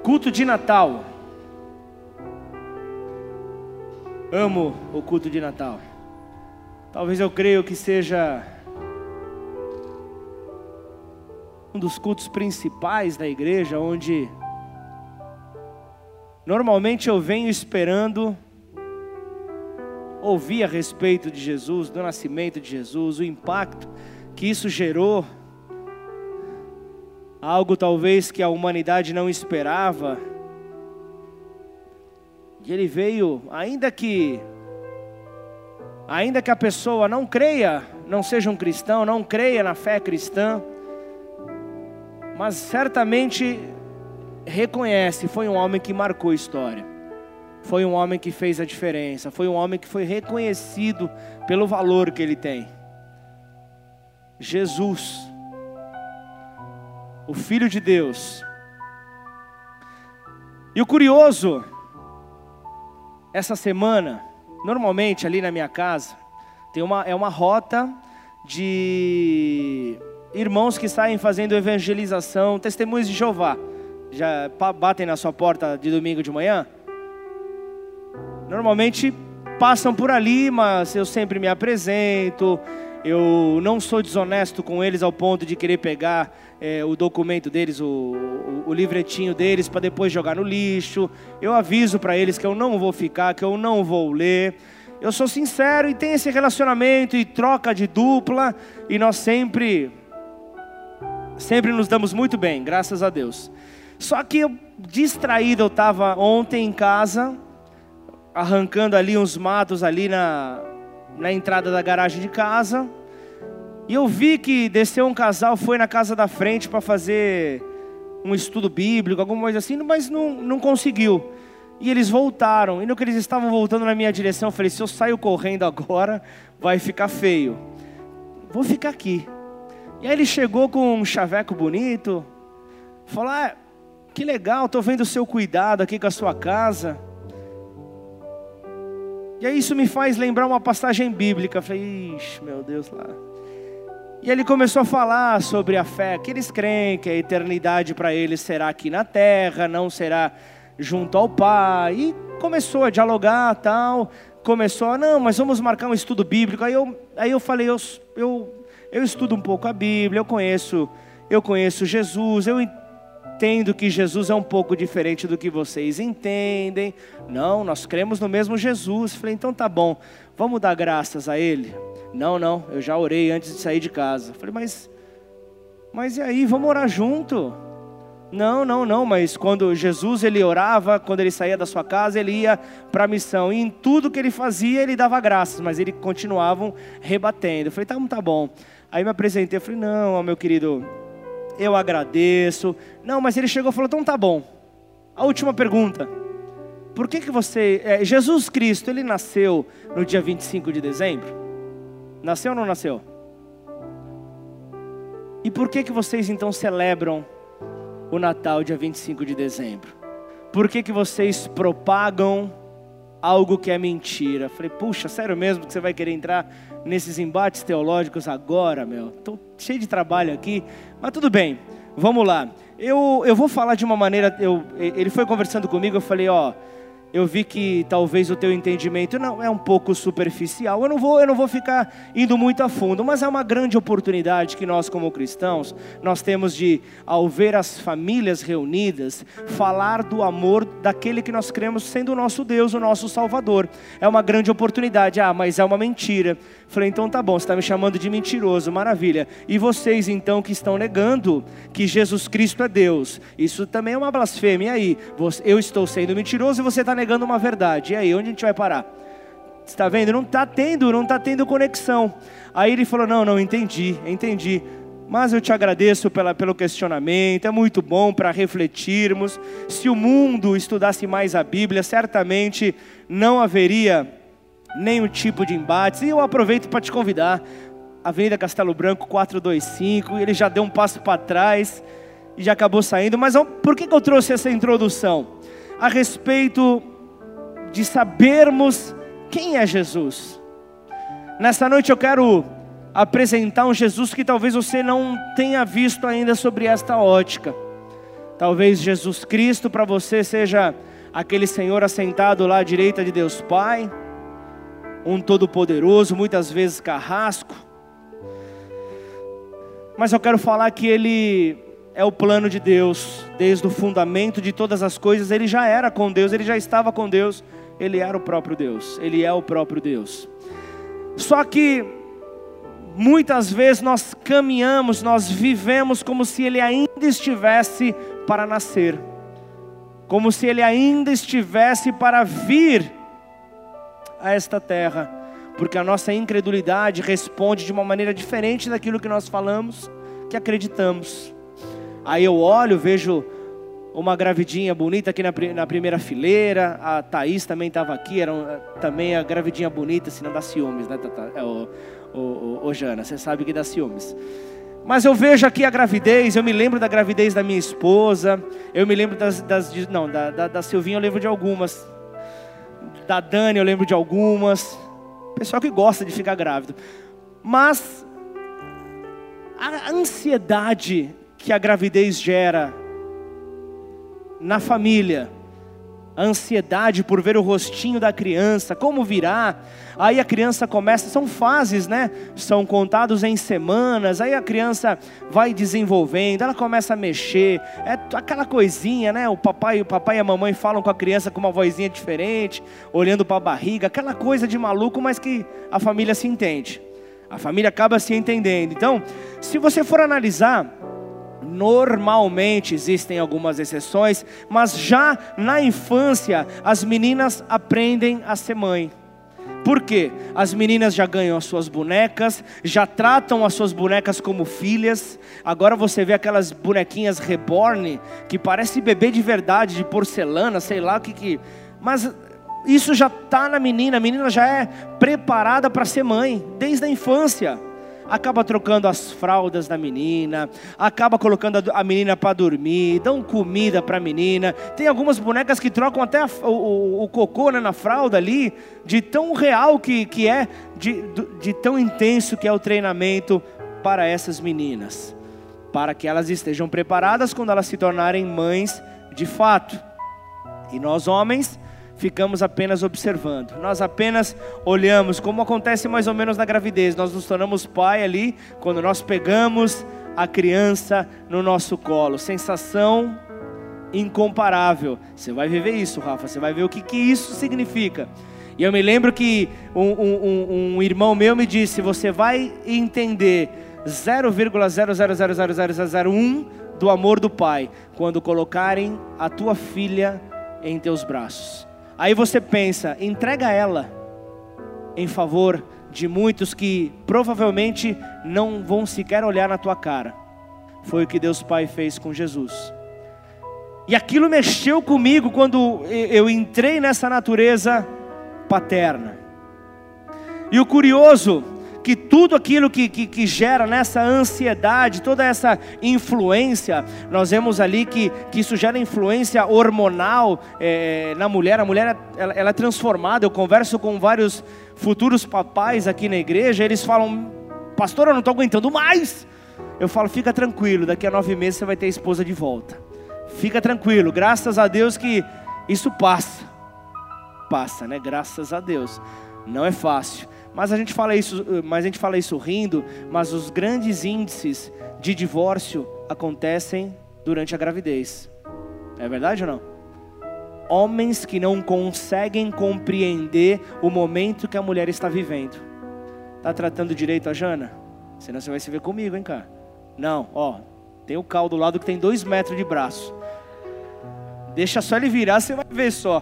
Culto de Natal. Amo o culto de Natal. Talvez eu creio que seja um dos cultos principais da igreja, onde normalmente eu venho esperando ouvir a respeito de Jesus, do nascimento de Jesus, o impacto que isso gerou, algo talvez que a humanidade não esperava. E ele veio, ainda que a pessoa não creia, não seja um cristão, não creia na fé cristã, mas certamente reconhece, foi um homem que marcou história. Foi um homem que fez a diferença, foi um homem que foi reconhecido pelo valor que ele tem. Jesus, o Filho de Deus. E o curioso, essa semana, normalmente ali na minha casa, é uma rota de irmãos que saem fazendo evangelização, testemunhos de Jeová. Já batem na sua porta de domingo de manhã? Normalmente passam por ali, mas eu sempre me apresento. Eu não sou desonesto com eles ao ponto de querer pegar o documento deles, o livretinho deles, para depois jogar no lixo. Eu aviso para eles que eu não vou ficar, que eu não vou ler. Eu sou sincero e tenho esse relacionamento e troca de dupla. E nós sempre nos damos muito bem, graças a Deus. Só que distraído eu estava ontem em casa, arrancando ali uns matos ali na entrada da garagem de casa, e eu vi que desceu um casal, foi na casa da frente para fazer um estudo bíblico, alguma coisa assim, mas não conseguiu. E eles voltaram, e no que eles estavam voltando na minha direção, eu falei, se eu saio correndo agora, vai ficar feio. Vou ficar aqui. E aí ele chegou com um chaveco bonito, falou, que legal, estou vendo o seu cuidado aqui com a sua casa. E aí isso me faz lembrar uma passagem bíblica. Eu falei, ixi, meu Deus lá. E ele começou a falar sobre a fé, que eles creem que a eternidade para eles será aqui na terra, não será junto ao Pai. E começou a dialogar tal, não, mas vamos marcar um estudo bíblico. Aí eu falei, eu estudo um pouco a Bíblia, eu conheço Jesus, eu entendo que Jesus é um pouco diferente do que vocês entendem. Não, nós cremos no mesmo Jesus. Falei, então tá bom, vamos dar graças a Ele? Não, eu já orei antes de sair de casa. Falei, mas e aí, vamos orar junto? Não, mas quando Jesus ele orava, quando ele saía da sua casa, ele ia para a missão. E em tudo que ele fazia, ele dava graças, mas eles continuavam rebatendo. Eu falei, tá bom. Aí me apresentei, eu falei, não, meu querido, eu agradeço. Não, mas ele chegou e falou, então tá bom. A última pergunta. Por que você... Jesus Cristo, ele nasceu no dia 25 de dezembro? Nasceu ou não nasceu? E por que vocês então celebram o Natal dia 25 de dezembro? Por que vocês propagam algo que é mentira? Falei, puxa, sério mesmo que você vai querer entrar nesses embates teológicos agora, meu? Estou cheio de trabalho aqui, mas tudo bem, vamos lá. Eu vou falar de uma maneira, ele foi conversando comigo, eu falei, eu vi que talvez o teu entendimento não é um pouco superficial. Eu não vou ficar indo muito a fundo, mas é uma grande oportunidade que nós como cristãos, nós temos de, ao ver as famílias reunidas, falar do amor daquele que nós cremos sendo o nosso Deus, o nosso Salvador. É uma grande oportunidade. Mas é uma mentira. Falei, então tá bom, você está me chamando de mentiroso, maravilha. E vocês então que estão negando que Jesus Cristo é Deus, isso também é uma blasfêmia. E aí, eu estou sendo mentiroso e você está negando uma verdade. E aí, onde a gente vai parar? Você está vendo? Não está tendo conexão. Aí ele falou, não, entendi. Mas eu te agradeço pelo questionamento, é muito bom para refletirmos. Se o mundo estudasse mais a Bíblia, certamente não haveria nenhum tipo de embates. E eu aproveito para te convidar, Avenida Castelo Branco 425, ele já deu um passo para trás e já acabou saindo. Mas por que eu trouxe essa introdução? A respeito de sabermos quem é Jesus. Nessa noite eu quero apresentar um Jesus que talvez você não tenha visto ainda sobre esta ótica. Talvez Jesus Cristo para você seja aquele Senhor assentado lá à direita de Deus Pai, um todo-poderoso, muitas vezes carrasco. Mas eu quero falar que Ele é o plano de Deus, desde o fundamento de todas as coisas. Ele já era com Deus, Ele já estava com Deus, Ele era o próprio Deus, Ele é o próprio Deus. Só que muitas vezes nós caminhamos, nós vivemos como se Ele ainda estivesse para nascer, como se Ele ainda estivesse para vir a esta terra, porque a nossa incredulidade responde de uma maneira diferente daquilo que nós falamos, que acreditamos. Aí eu olho, vejo uma gravidinha bonita aqui na primeira fileira, a Thaís também estava aqui, também a gravidinha bonita, se não dá ciúmes, né, Jana, você sabe que dá ciúmes. Mas eu vejo aqui a gravidez, eu me lembro da gravidez da minha esposa, eu me lembro da Silvinha eu lembro de algumas, da Dani eu lembro de algumas, pessoal que gosta de ficar grávido. Mas a ansiedade que a gravidez gera na família, a ansiedade por ver o rostinho da criança, como virá, aí a criança começa, são fases, né? São contados em semanas, aí a criança vai desenvolvendo, ela começa a mexer, é aquela coisinha, né? O papai e a mamãe falam com a criança com uma vozinha diferente, olhando para a barriga, aquela coisa de maluco, mas que a família se entende, a família acaba se entendendo. Então, se você for analisar, normalmente existem algumas exceções, mas já na infância as meninas aprendem a ser mãe. Por quê? As meninas já ganham as suas bonecas, já tratam as suas bonecas como filhas. Agora você vê aquelas bonequinhas reborn, que parece bebê de verdade, de porcelana, sei lá o que... Mas isso já está na menina, a menina já é preparada para ser mãe, desde a infância. Acaba trocando as fraldas da menina, acaba colocando a menina para dormir, dão comida para a menina. Tem algumas bonecas que trocam até o cocô, né, na fralda ali, de tão real que é, de tão intenso que é o treinamento para essas meninas, para que elas estejam preparadas quando elas se tornarem mães de fato. E nós homens ficamos apenas observando, nós apenas olhamos, como acontece mais ou menos na gravidez. Nós nos tornamos pai ali, quando nós pegamos a criança no nosso colo, sensação incomparável. Você vai viver isso, Rafa, você vai ver o que isso significa. E eu me lembro que um irmão meu me disse: você vai entender 0,0000001 do amor do pai, quando colocarem a tua filha em teus braços. Aí você pensa, entrega ela em favor de muitos que provavelmente não vão sequer olhar na tua cara. Foi o que Deus Pai fez com Jesus. E aquilo mexeu comigo quando eu entrei nessa natureza paterna. E o curioso, que tudo aquilo que gera nessa ansiedade, toda essa influência, nós vemos ali que isso gera influência hormonal na mulher. A mulher ela é transformada. Eu converso com vários futuros papais aqui na igreja, eles falam: pastor, eu não estou aguentando mais. Eu falo: fica tranquilo, daqui a 9 meses você vai ter a esposa de volta. Fica tranquilo, graças a Deus que isso passa, né? Graças a Deus, não é fácil. Mas a gente fala isso rindo, mas os grandes índices de divórcio acontecem durante a gravidez. É verdade ou não? Homens que não conseguem compreender o momento que a mulher está vivendo. Tá tratando direito a Jana? Senão você vai se ver comigo, hein, cara? Não, ó, tem o Cal do lado que tem 2 metros de braço. Deixa só ele virar, você vai ver só.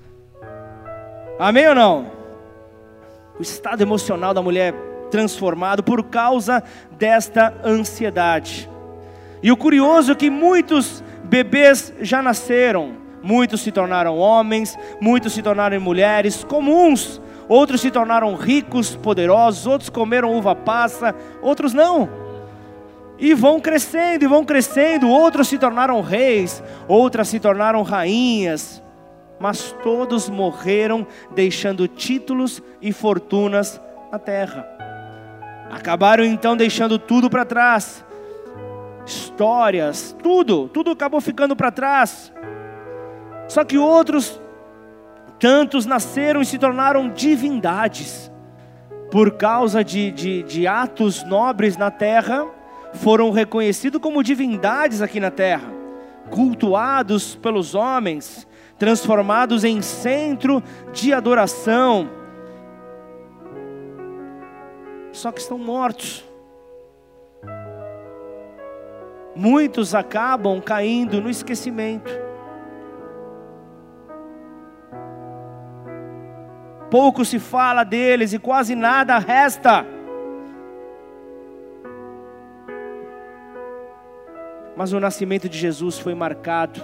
Amém ou não? O estado emocional da mulher transformado por causa desta ansiedade. E o curioso é que muitos bebês já nasceram, muitos se tornaram homens, muitos se tornaram mulheres comuns, outros se tornaram ricos, poderosos, outros comeram uva passa, outros não. E vão crescendo, outros se tornaram reis, outras se tornaram rainhas. Mas todos morreram deixando títulos e fortunas na terra. Acabaram então deixando tudo para trás. histórias, tudo acabou ficando para trás. Só que outros tantos nasceram e se tornaram divindades. Por causa de atos nobres na terra, foram reconhecidos como divindades aqui na terra, cultuados pelos homens, transformados em centro de adoração. Só que estão mortos. Muitos acabam caindo no esquecimento. Pouco se fala deles e quase nada resta. Mas o nascimento de Jesus foi marcado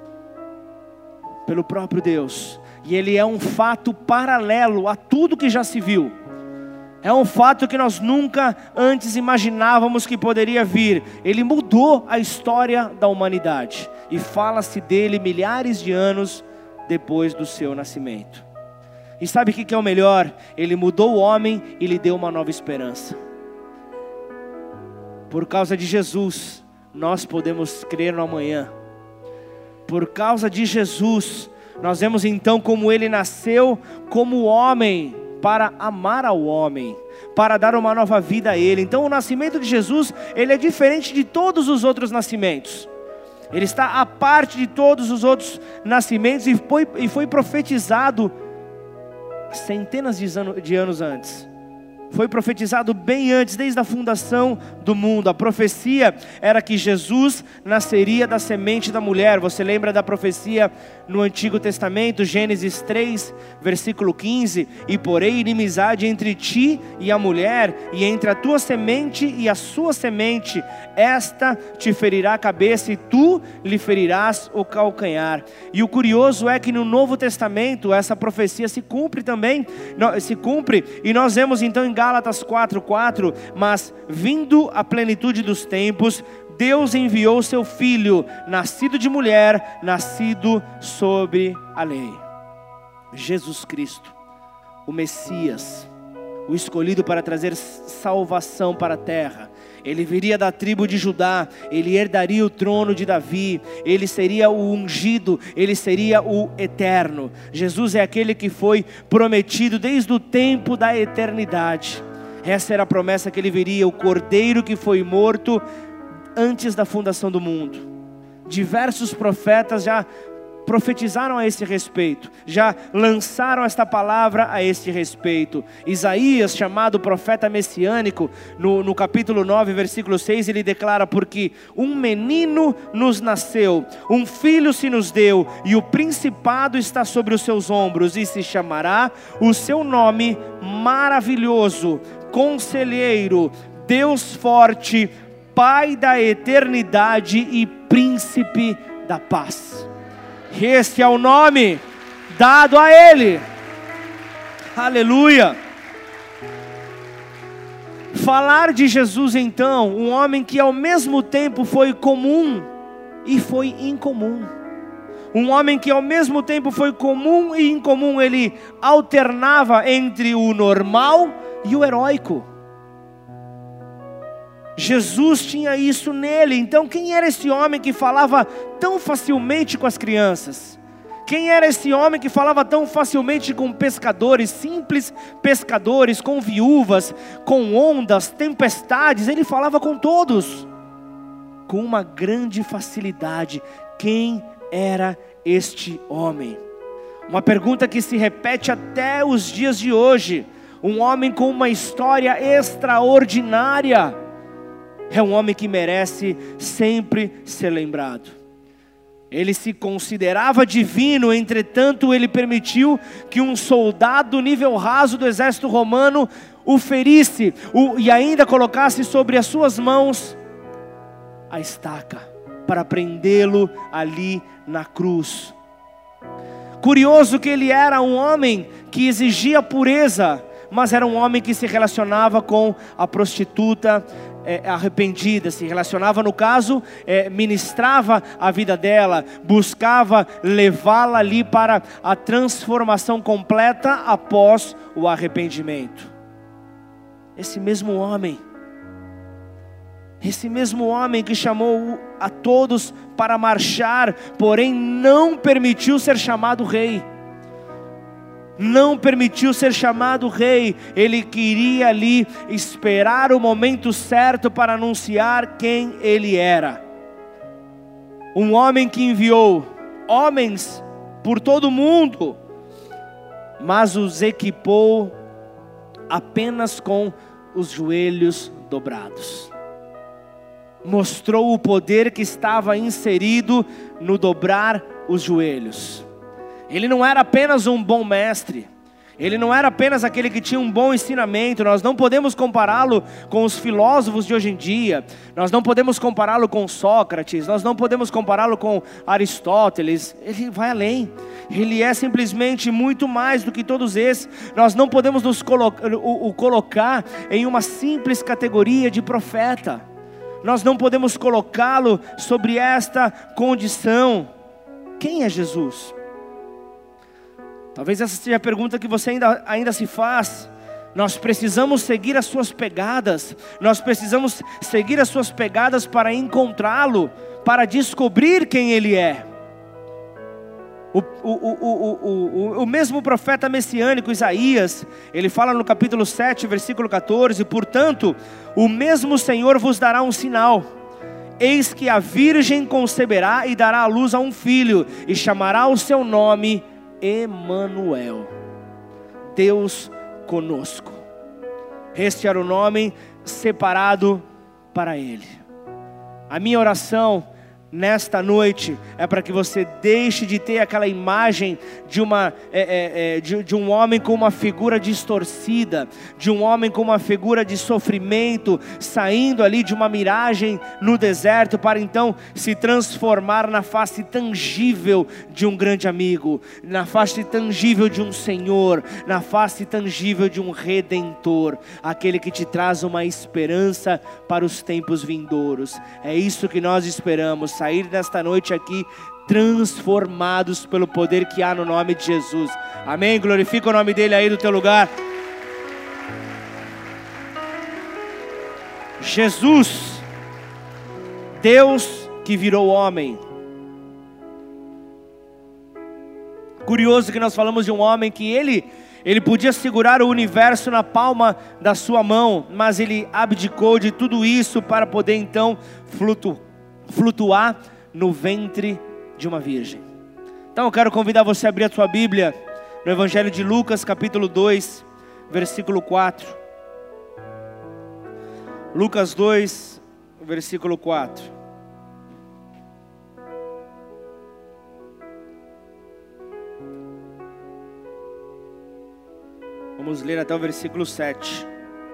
pelo próprio Deus. E ele é um fato paralelo a tudo que já se viu. É um fato que nós nunca antes imaginávamos que poderia vir. Ele mudou a história da humanidade. E fala-se dele milhares de anos depois do seu nascimento. E sabe o que é o melhor? Ele mudou o homem e lhe deu uma nova esperança. Por causa de Jesus, nós podemos crer no amanhã. Por causa de Jesus, nós vemos então como ele nasceu como homem, para amar ao homem, para dar uma nova vida a ele. Então o nascimento de Jesus, ele é diferente de todos os outros nascimentos. Ele está à parte de todos os outros nascimentos e foi profetizado centenas de anos antes. Foi profetizado bem antes, desde a fundação do mundo. A profecia era que Jesus nasceria da semente da mulher. Você lembra da profecia no Antigo Testamento, Gênesis 3, versículo 15? E porém inimizade entre ti e a mulher, e entre a tua semente e a sua semente. Esta te ferirá a cabeça e tu lhe ferirás o calcanhar. E o curioso é que no Novo Testamento essa profecia se cumpre também. E nós vemos então em Gálatas 4:4, mas vindo a plenitude dos tempos, Deus enviou seu Filho, nascido de mulher, nascido sobre a lei. Jesus Cristo, o Messias, o escolhido para trazer salvação para a terra. Ele viria da tribo de Judá, ele herdaria o trono de Davi, ele seria o ungido, ele seria o eterno. Jesus é aquele que foi prometido desde o tempo da eternidade. Essa era a promessa que ele viria, o cordeiro que foi morto antes da fundação do mundo. Diversos profetas já profetizaram a esse respeito, já lançaram esta palavra a este respeito. Isaías, chamado profeta messiânico, no capítulo 9, versículo 6, ele declara: porque um menino nos nasceu, um filho se nos deu, e o principado está sobre os seus ombros, e se chamará o seu nome Maravilhoso, Conselheiro, Deus Forte, Pai da Eternidade e Príncipe da Paz. Este é o nome dado a ele. Aleluia. Falar de Jesus então, um homem que ao mesmo tempo foi comum e foi incomum. Um homem que ao mesmo tempo foi comum e incomum. Ele alternava entre o normal e o heróico. Jesus tinha isso nele. Então quem era esse homem que falava tão facilmente com as crianças? Quem era esse homem que falava tão facilmente com pescadores, simples pescadores, com viúvas, com ondas, tempestades? Ele falava com todos, com uma grande facilidade. Quem era este homem? Uma pergunta que se repete até os dias de hoje. Um homem com uma história extraordinária. É um homem que merece sempre ser lembrado. Ele se considerava divino, entretanto ele permitiu que um soldado nível raso do exército romano o ferisse e ainda colocasse sobre as suas mãos a estaca para prendê-lo ali na cruz. Curioso que ele era um homem que exigia pureza, mas era um homem que se relacionava com a prostituta arrependida, se relacionava, no caso, ministrava a vida dela, buscava levá-la ali para a transformação completa após o arrependimento. Esse mesmo homem Esse mesmo homem que chamou a todos para marchar, porém não permitiu ser chamado rei. Não permitiu ser chamado rei. Ele queria ali esperar o momento certo para anunciar quem ele era. Um homem que enviou homens por todo o mundo, mas os equipou apenas com os joelhos dobrados. Mostrou o poder que estava inserido no dobrar os joelhos. Ele não era apenas um bom mestre, ele não era apenas aquele que tinha um bom ensinamento. Nós não podemos compará-lo com os filósofos de hoje em dia, nós não podemos compará-lo com Sócrates, nós não podemos compará-lo com Aristóteles. Ele vai além, ele é simplesmente muito mais do que todos esses. Nós não podemos o colocar em uma simples categoria de profeta, nós não podemos colocá-lo sobre esta condição. Quem é Jesus? Talvez essa seja a pergunta que você ainda se faz. Nós precisamos seguir as suas pegadas. Nós precisamos seguir as suas pegadas para encontrá-lo, para descobrir quem Ele é. O mesmo profeta messiânico Isaías, ele fala no capítulo 7, versículo 14: portanto, o mesmo Senhor vos dará um sinal. Eis que a virgem conceberá e dará à luz a um filho, e chamará o seu nome Emanuel, Deus conosco. Este era o nome separado para Ele. A minha oração nesta noite é para que você deixe de ter aquela imagem de um homem com uma figura distorcida, de um homem com uma figura de sofrimento, saindo ali de uma miragem no deserto, para então se transformar na face tangível de um grande amigo, na face tangível de um Senhor, na face tangível de um Redentor, aquele que te traz uma esperança para os tempos vindouros. É isso que nós esperamos, sair nesta noite aqui transformados pelo poder que há no nome de Jesus. Amém? Glorifica o nome dele aí do teu lugar. Jesus, Deus que virou homem. Curioso que nós falamos de um homem que ele podia segurar o universo na palma da sua mão, mas ele abdicou de tudo isso para poder então flutuar no ventre de uma virgem. Então eu quero convidar você a abrir a sua Bíblia no Evangelho de Lucas, capítulo 2, versículo 4. Lucas 2, versículo 4. Vamos ler até o versículo 7.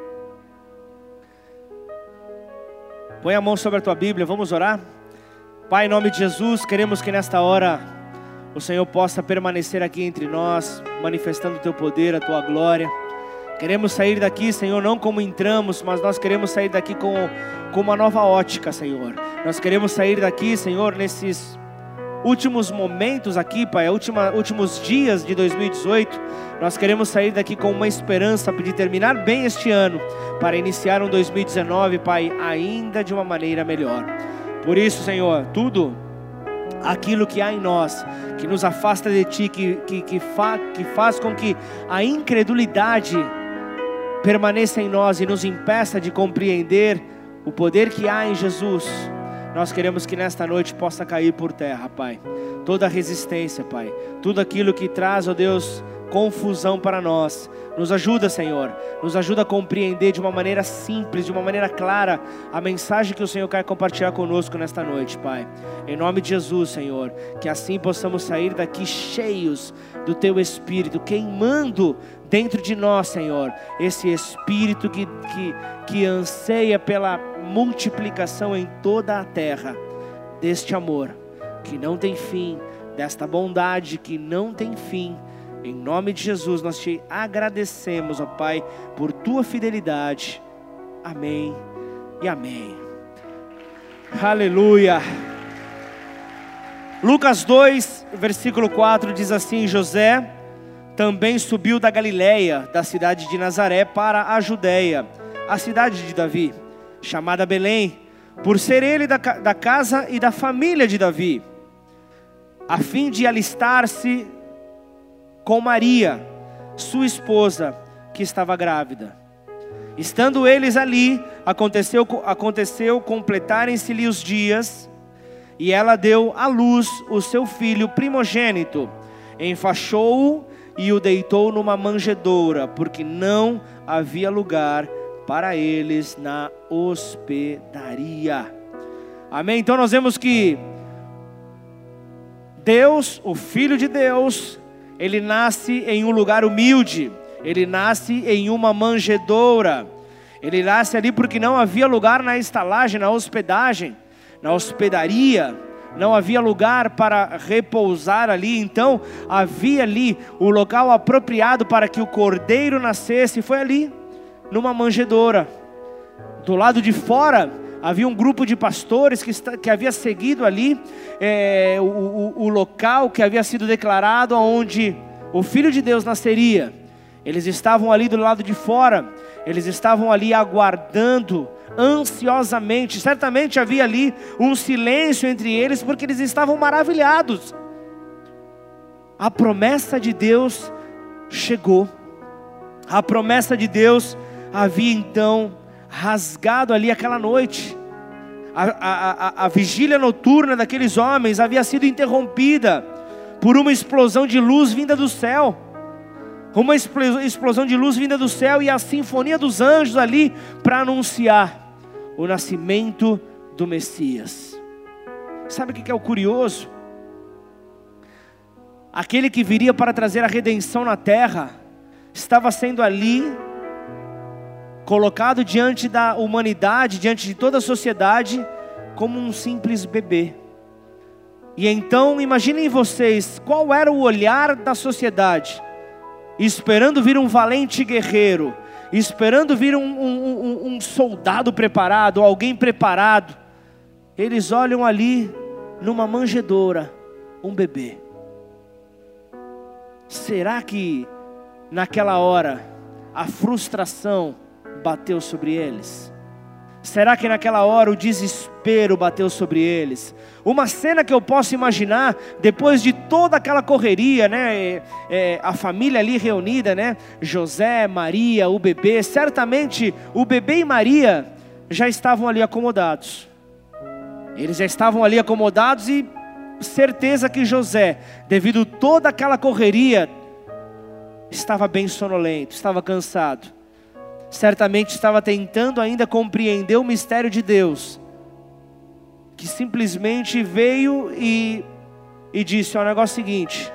Põe a mão sobre a tua Bíblia, vamos orar? Pai, em nome de Jesus, queremos que nesta hora o Senhor possa permanecer aqui entre nós, manifestando o teu poder, a tua glória. Queremos sair daqui, Senhor, não como entramos, mas nós queremos sair daqui com uma nova ótica, Senhor. Nós queremos sair daqui, Senhor, nesses últimos momentos aqui, Pai, últimos dias de 2018, nós queremos sair daqui com uma esperança de terminar bem este ano, para iniciar um 2019, Pai, ainda de uma maneira melhor. Por isso, Senhor, tudo aquilo que há em nós, que nos afasta de Ti, que faz com que a incredulidade permaneça em nós e nos impeça de compreender o poder que há em Jesus, nós queremos que nesta noite possa cair por terra, Pai. Toda resistência, Pai, tudo aquilo que traz, ó Deus, confusão para nós, nos ajuda, Senhor, nos ajuda a compreender de uma maneira simples, de uma maneira clara, a mensagem que o Senhor quer compartilhar conosco nesta noite, Pai. Em nome de Jesus, Senhor, que assim possamos sair daqui cheios do Teu Espírito, queimando dentro de nós, Senhor, esse Espírito que anseia pela multiplicação em toda a terra, deste amor que não tem fim, desta bondade que não tem fim. Em nome de Jesus nós Te agradecemos, ó Pai, por Tua fidelidade. Amém e amém. Aleluia. Lucas 2, versículo 4 diz assim: José também subiu da Galileia, da cidade de Nazaré, para a Judéia, a cidade de Davi, chamada Belém, por ser ele da casa e da família de Davi, a fim de alistar-se com Maria, sua esposa, que estava grávida. Estando eles ali, aconteceu completarem-se-lhe os dias, e ela deu à luz o seu filho primogênito, enfaixou-o e o deitou numa manjedoura, porque não havia lugar para eles na hospedaria. Amém? Então nós vemos que Deus, o Filho de Deus, ele nasce em um lugar humilde, ele nasce em uma manjedoura, ele nasce ali porque não havia lugar na estalagem, na hospedagem, na hospedaria, não havia lugar para repousar ali. Então havia ali o local apropriado para que o cordeiro nascesse, foi ali, numa manjedoura. Do lado de fora havia um grupo de pastores que havia seguido ali o local que havia sido declarado onde o Filho de Deus nasceria. Eles estavam ali do lado de fora, eles estavam ali aguardando ansiosamente. Certamente havia ali um silêncio entre eles, porque eles estavam maravilhados. A promessa de Deus chegou. A promessa de Deus havia então rasgado ali aquela noite. A vigília noturna daqueles homens havia sido interrompida por uma explosão de luz vinda do céu. Uma explosão de luz vinda do céu e a sinfonia dos anjos ali para anunciar o nascimento do Messias. Sabe o que é o curioso? Aquele que viria para trazer a redenção na terra estava sendo ali colocado diante da humanidade, diante de toda a sociedade, como um simples bebê. E então imaginem vocês, qual era o olhar da sociedade? Esperando vir um valente guerreiro, esperando vir um soldado preparado, alguém preparado. Eles olham ali numa manjedoura, um bebê. Será que naquela hora a frustração bateu sobre eles? Será que naquela hora o desespero bateu sobre eles? Uma cena que eu posso imaginar, depois de toda aquela correria, né? A família ali reunida, né? José, Maria, o bebê. Certamente o bebê e Maria já estavam ali acomodados. Eles já estavam ali acomodados e certeza que José, devido a toda aquela correria, estava bem sonolento, estava cansado. Certamente estava tentando ainda compreender o mistério de Deus, que simplesmente veio e disse: ó, o negócio é o seguinte,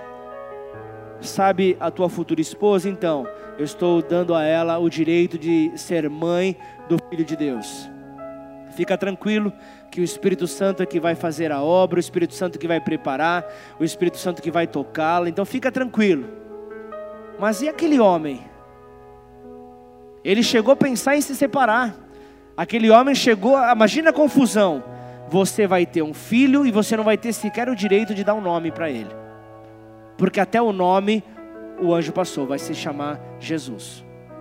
sabe a tua futura esposa? Então, eu estou dando a ela o direito de ser mãe do Filho de Deus. Fica tranquilo que o Espírito Santo é que vai fazer a obra, o Espírito Santo que vai preparar, o Espírito Santo que vai tocá-la, então fica tranquilo. Mas e aquele homem? Ele chegou a pensar em se separar. Aquele homem chegou, imagina a confusão. Você vai ter um filho e você não vai ter sequer o direito de dar um nome para ele. Porque até o nome o anjo passou, vai se chamar Jesus.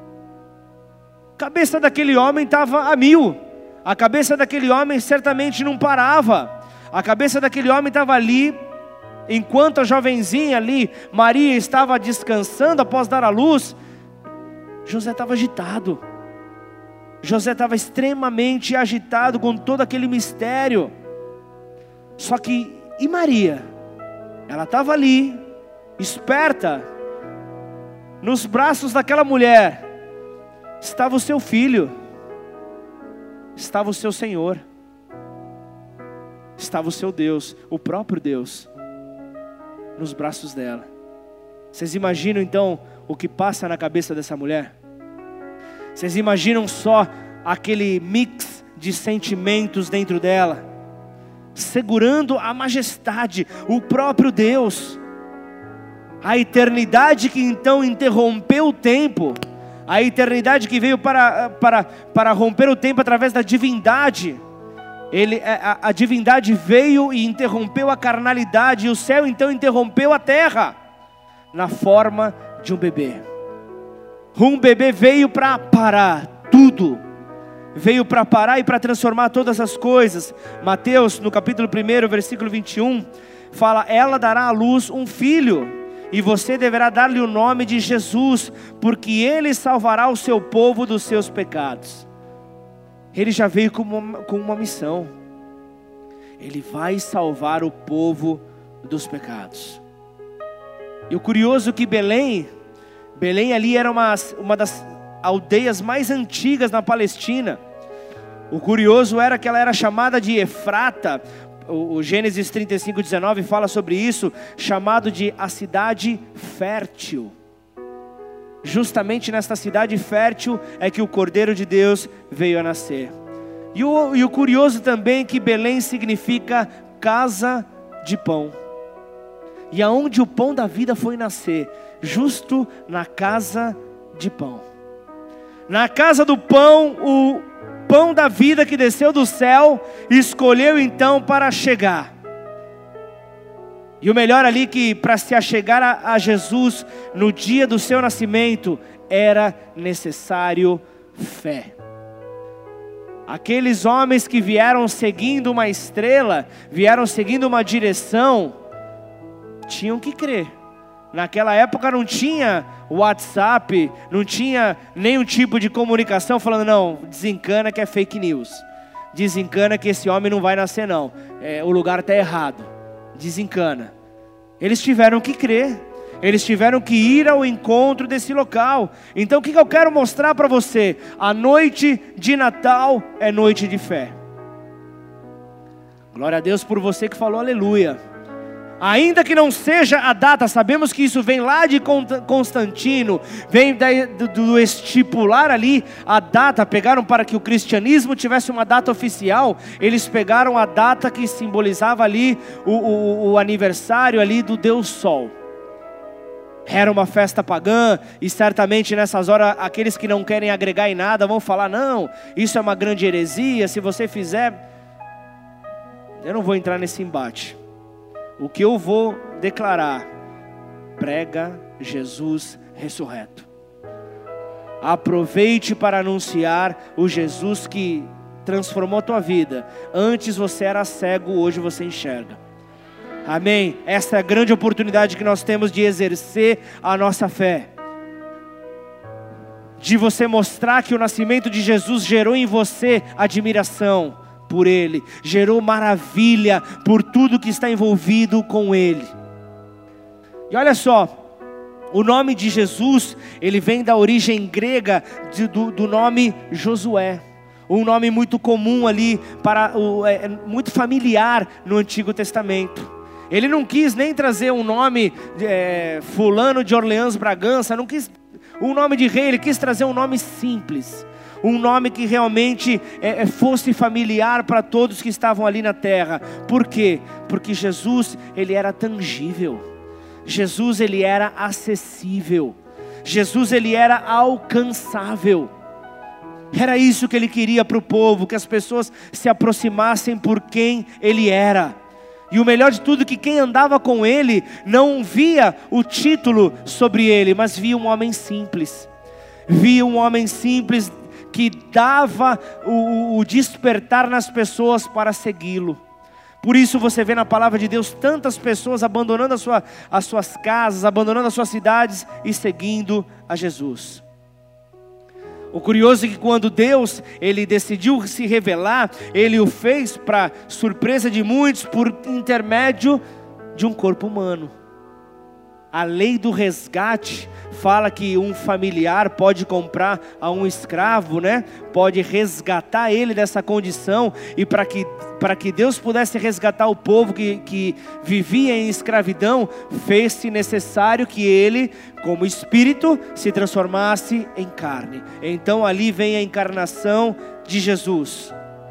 A cabeça daquele homem estava a mil. A cabeça daquele homem certamente não parava. A cabeça daquele homem estava ali, enquanto a jovenzinha ali, Maria, estava descansando após dar à luz. José estava agitado. José estava extremamente agitado com todo aquele mistério. Só que, e Maria? Ela estava ali, esperta. Nos braços daquela mulher estava o seu filho, estava o seu Senhor, estava o seu Deus, o próprio Deus, nos braços dela. Vocês imaginam então o que passa na cabeça dessa mulher? Vocês imaginam só aquele mix de sentimentos dentro dela, segurando a majestade, o próprio Deus, a eternidade que então interrompeu o tempo, a eternidade que veio para romper o tempo através da divindade. A divindade veio e interrompeu a carnalidade, e o céu então interrompeu a terra, na forma de um bebê. Um bebê veio para parar tudo. veio para parar e para transformar todas as coisas. Mateus, no capítulo 1, versículo 21, fala: ela dará à luz um filho, e você deverá dar-lhe o nome de Jesus, porque ele salvará o seu povo dos seus pecados. Ele já veio com uma missão. Ele vai salvar o povo dos pecados. E o curioso é que Belém ali era uma das aldeias mais antigas na Palestina. O curioso era que ela era chamada de Efrata. O Gênesis 35:19 fala sobre isso, chamado de a cidade fértil. Justamente nesta cidade fértil é que o Cordeiro de Deus veio a nascer. E o curioso também é que Belém significa casa de pão. E aonde o pão da vida foi nascer? Justo na casa de pão. Na casa do pão, o pão da vida que desceu do céu, escolheu então para chegar. E o melhor ali, que para se achegar a Jesus no dia do seu nascimento, era necessário fé. Aqueles homens que vieram seguindo uma estrela, vieram seguindo uma direção, tinham que crer. Naquela época não tinha WhatsApp, não tinha nenhum tipo de comunicação falando: não, desencana que é fake news, desencana que esse homem não vai nascer não, o lugar está errado, desencana. Eles tiveram que crer, eles tiveram que ir ao encontro desse local. Então o que eu quero mostrar para você? A noite de Natal é noite de fé. Glória a Deus por você que falou aleluia. Ainda que não seja a data, sabemos que isso vem lá de Constantino, vem do estipular ali a data. Pegaram para que o cristianismo tivesse uma data oficial, eles pegaram a data que simbolizava ali o aniversário ali do Deus Sol. Era uma festa pagã, e certamente nessas horas aqueles que não querem agregar em nada vão falar: não, isso é uma grande heresia, se você fizer... Eu não vou entrar nesse embate. O que eu vou declarar: prega Jesus ressurreto. Aproveite para anunciar o Jesus que transformou a tua vida. Antes você era cego, hoje você enxerga. Amém? Essa é a grande oportunidade que nós temos de exercer a nossa fé. De você mostrar que o nascimento de Jesus gerou em você admiração por Ele, gerou maravilha por tudo que está envolvido com Ele. E olha só, o nome de Jesus, ele vem da origem grega do nome Josué. Um nome muito comum ali, muito familiar no Antigo Testamento. Ele não quis nem trazer um nome fulano de Orleans Bragança, não quis um nome de rei, ele quis trazer um nome simples. Um nome que realmente fosse familiar para todos que estavam ali na terra. Por quê? Porque Jesus, ele era tangível. Jesus, ele era acessível. Jesus, ele era alcançável. Era isso que ele queria para o povo, que as pessoas se aproximassem por quem ele era. E o melhor de tudo é que quem andava com ele não via o título sobre ele, mas via um homem simples. Via um homem simples que dava o despertar nas pessoas para segui-lo. Por isso você vê na palavra de Deus tantas pessoas abandonando as suas casas, abandonando as suas cidades e seguindo a Jesus. O curioso é que quando Deus, ele decidiu se revelar, ele o fez para surpresa de muitos por intermédio de um corpo humano. A lei do resgate fala que um familiar pode comprar a um escravo, né? Pode resgatar ele dessa condição. E para que Deus pudesse resgatar o povo que vivia em escravidão, fez-se necessário que ele, como espírito, se transformasse em carne. Então ali vem a encarnação de Jesus.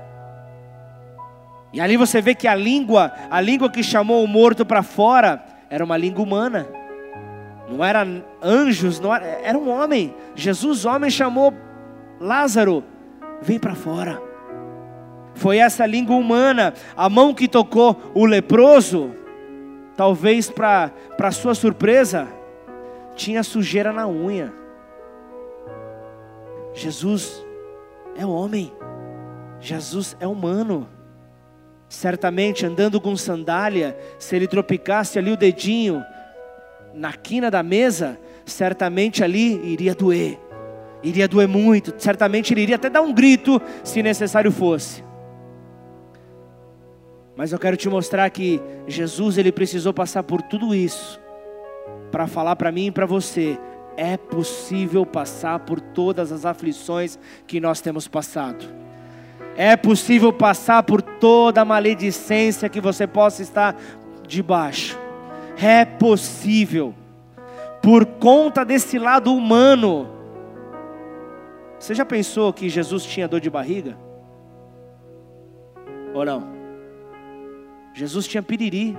E ali você vê que a língua que chamou o morto para fora, era uma língua humana. Não eram anjos, era um homem. Jesus, homem, chamou Lázaro: vem para fora. Foi essa língua humana. A mão que tocou o leproso, talvez para sua surpresa, tinha sujeira na unha. Jesus é homem. Jesus é humano. Certamente andando com sandália, se ele tropicasse ali o dedinho na quina da mesa, certamente ali iria doer muito, certamente ele iria até dar um grito se necessário fosse. Mas eu quero te mostrar que Jesus, ele precisou passar por tudo isso para falar para mim e para você: é possível passar por todas as aflições que nós temos passado. É possível passar por toda a maledicência que você possa estar debaixo. É possível. Por conta desse lado humano. Você já pensou que Jesus tinha dor de barriga? Ou não? Jesus tinha piriri.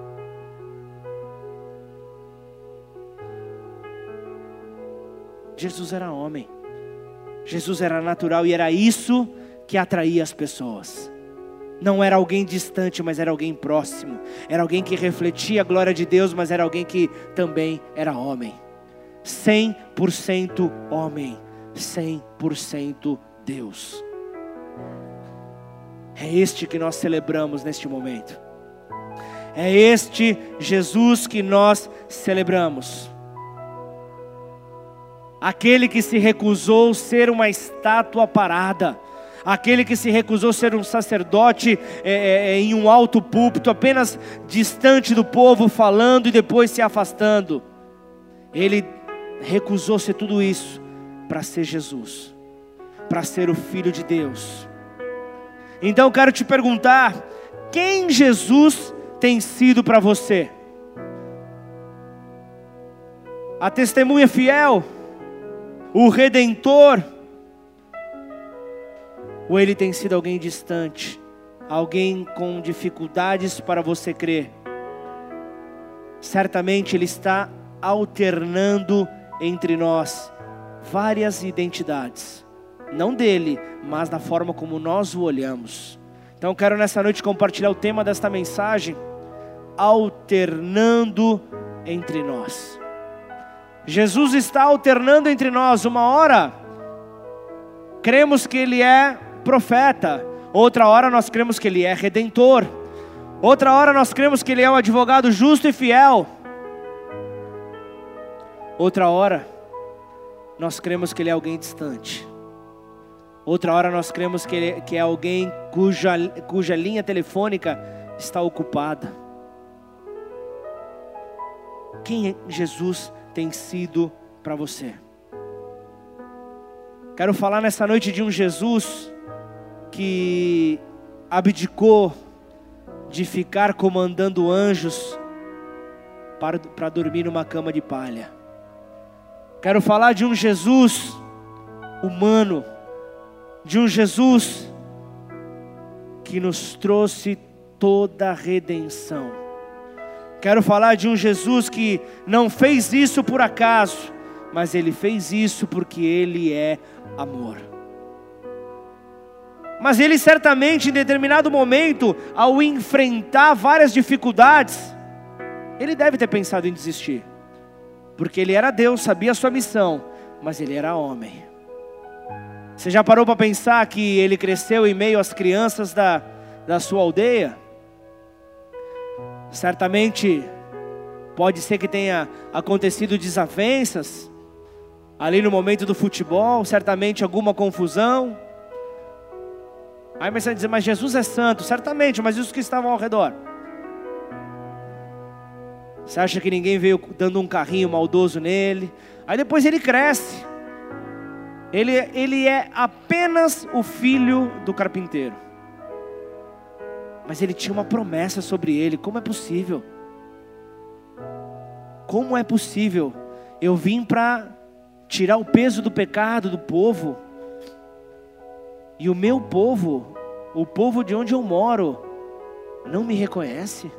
Jesus era homem. Jesus era natural e era isso que atraía as pessoas. Não era alguém distante, mas era alguém próximo. Era alguém que refletia a glória de Deus, mas era alguém que também era homem. 100% homem, 100% Deus. É este que nós celebramos neste momento. É este Jesus que nós celebramos. Aquele que se recusou ser uma estátua parada. Aquele que se recusou ser um sacerdote em um alto púlpito, apenas distante do povo, falando e depois se afastando. Ele recusou ser tudo isso para ser Jesus, para ser o Filho de Deus. Então eu quero te perguntar: quem Jesus tem sido para você? A testemunha fiel? O Redentor? Ou ele tem sido alguém distante, alguém com dificuldades para você crer? Certamente ele está alternando entre nós várias identidades, não dele, mas da forma como nós o olhamos. Então eu quero nessa noite compartilhar o tema desta mensagem: alternando entre nós. Jesus está alternando entre nós. Uma hora cremos que ele é profeta, outra hora nós cremos que ele é redentor, outra hora nós cremos que ele é um advogado justo e fiel, outra hora nós cremos que ele é alguém distante, outra hora nós cremos que é alguém cuja linha telefônica está ocupada. Quem Jesus tem sido para você? Quero falar nessa noite de um Jesus que abdicou de ficar comandando anjos para dormir numa cama de palha. Quero falar de um Jesus humano, de um Jesus que nos trouxe toda a redenção. Quero falar de um Jesus que não fez isso por acaso, mas ele fez isso porque ele é amor. Mas ele certamente em determinado momento, ao enfrentar várias dificuldades, ele deve ter pensado em desistir. Porque ele era Deus, sabia a sua missão, mas ele era homem. Você já parou para pensar que ele cresceu em meio às crianças da sua aldeia? Certamente pode ser que tenha acontecido desavenças ali no momento do futebol, certamente alguma confusão. Aí você vai dizer: mas Jesus é santo. Certamente, mas e os que estavam ao redor? Você acha que ninguém veio dando um carrinho maldoso nele? Aí depois ele cresce. Ele é apenas o filho do carpinteiro. Mas ele tinha uma promessa sobre ele. Como é possível? Como é possível? Eu vim para tirar o peso do pecado do povo. E o meu povo, o povo de onde eu moro, não me reconhece.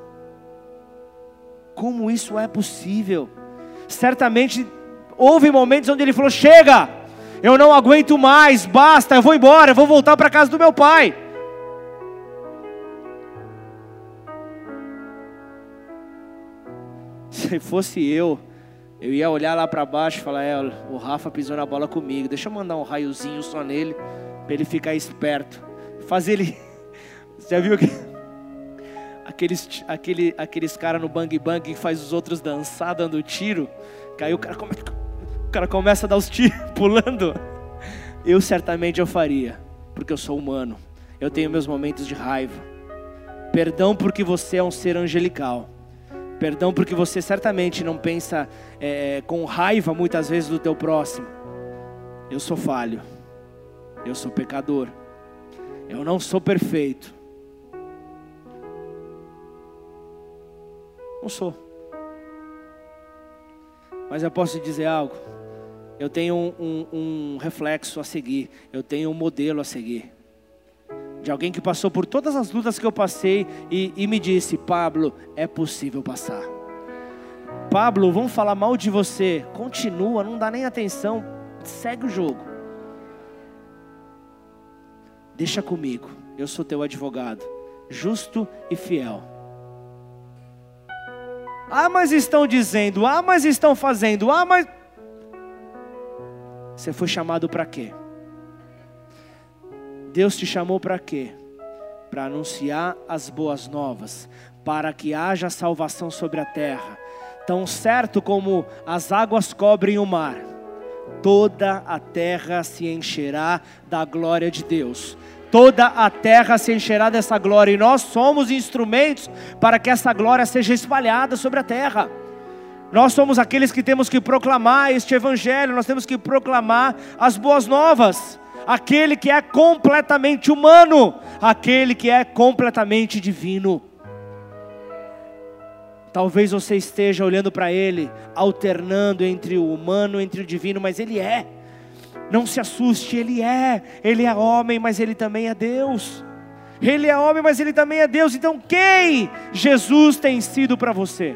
Como isso é possível? Certamente houve momentos onde ele falou: chega, eu não aguento mais, basta, eu vou embora, eu vou voltar para a casa do meu pai. Se fosse eu ia olhar lá para baixo e falar: o Rafa pisou na bola comigo, deixa eu mandar um raiozinho só nele, para ele ficar esperto. fazer ele... Você já viu aqueles caras no bang bang que faz os outros dançar dando tiro? Que aí o cara começa a dar os tiros pulando. Eu certamente faria, porque eu sou humano. Eu tenho meus momentos de raiva. Perdão porque você é um ser angelical. Perdão porque você certamente não pensa com raiva muitas vezes do teu próximo. Eu sou falho. Eu sou pecador. Eu não sou perfeito. Não sou. Mas eu posso te dizer algo. Eu tenho um reflexo a seguir. Eu tenho um modelo a seguir. De alguém que passou por todas as lutas que eu passei e me disse: Pablo, é possível passar. Pablo, vamos falar mal de você. Continua, não dá nem atenção. Segue o jogo. Deixa comigo. Eu sou teu advogado, justo e fiel. Mas estão dizendo, mas estão fazendo, mas... Você foi chamado para quê? Deus te chamou para quê? Para anunciar as boas novas, para que haja salvação sobre a terra. Tão certo como as águas cobrem o mar, toda a terra se encherá da glória de Deus. Toda a terra se encherá dessa glória, e nós somos instrumentos para que essa glória seja espalhada sobre a terra. Nós somos aqueles que temos que proclamar este evangelho, nós temos que proclamar as boas novas. Aquele que é completamente humano, aquele que é completamente divino. Talvez você esteja olhando para ele, alternando entre o humano, entre o divino, mas ele é. Não se assuste, ele é homem, mas ele também é Deus. Ele é homem, mas ele também é Deus. Então quem Jesus tem sido para você?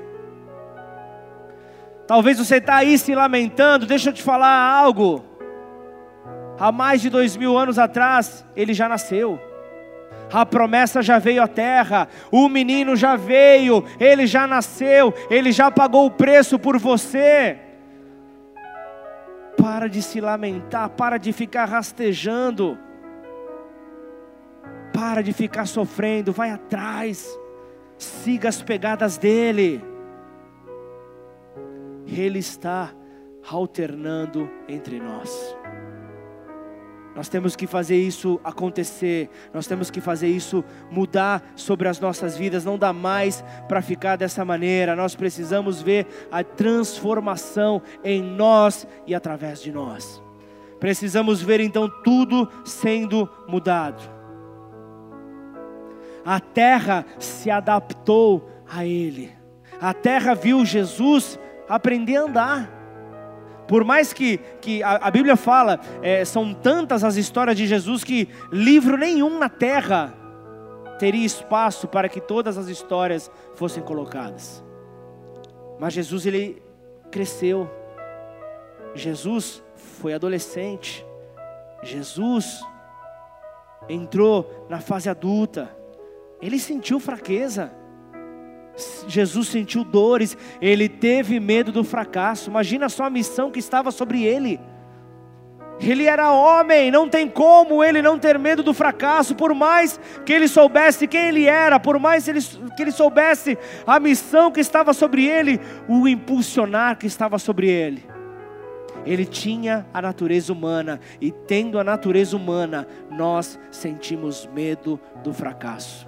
Talvez você está aí se lamentando. Deixa eu te falar algo. Há mais de 2000 anos atrás, ele já nasceu. A promessa já veio à terra. O menino já veio, ele já nasceu, ele já pagou o preço por você. Para de se lamentar, para de ficar rastejando, para de ficar sofrendo, vai atrás, siga as pegadas dele. Ele está alternando entre nós. Nós temos que fazer isso acontecer, nós temos que fazer isso mudar sobre as nossas vidas. Não dá mais para ficar dessa maneira. Nós precisamos ver a transformação em nós e através de nós. Precisamos ver então tudo sendo mudado. A terra se adaptou a ele. A terra viu Jesus aprender a andar. Por mais que a Bíblia fala, são tantas as histórias de Jesus que livro nenhum na terra teria espaço para que todas as histórias fossem colocadas. Mas Jesus, ele cresceu. Jesus foi adolescente. Jesus entrou na fase adulta. Ele sentiu fraqueza. Jesus sentiu dores, ele teve medo do fracasso. Imagina só a missão que estava sobre ele. Ele era homem, não tem como ele não ter medo do fracasso. Por mais que ele soubesse quem ele era, por mais que ele soubesse a missão que estava sobre ele, o impulsionar que estava sobre ele. Ele tinha a natureza humana, e tendo a natureza humana, nós sentimos medo do fracasso.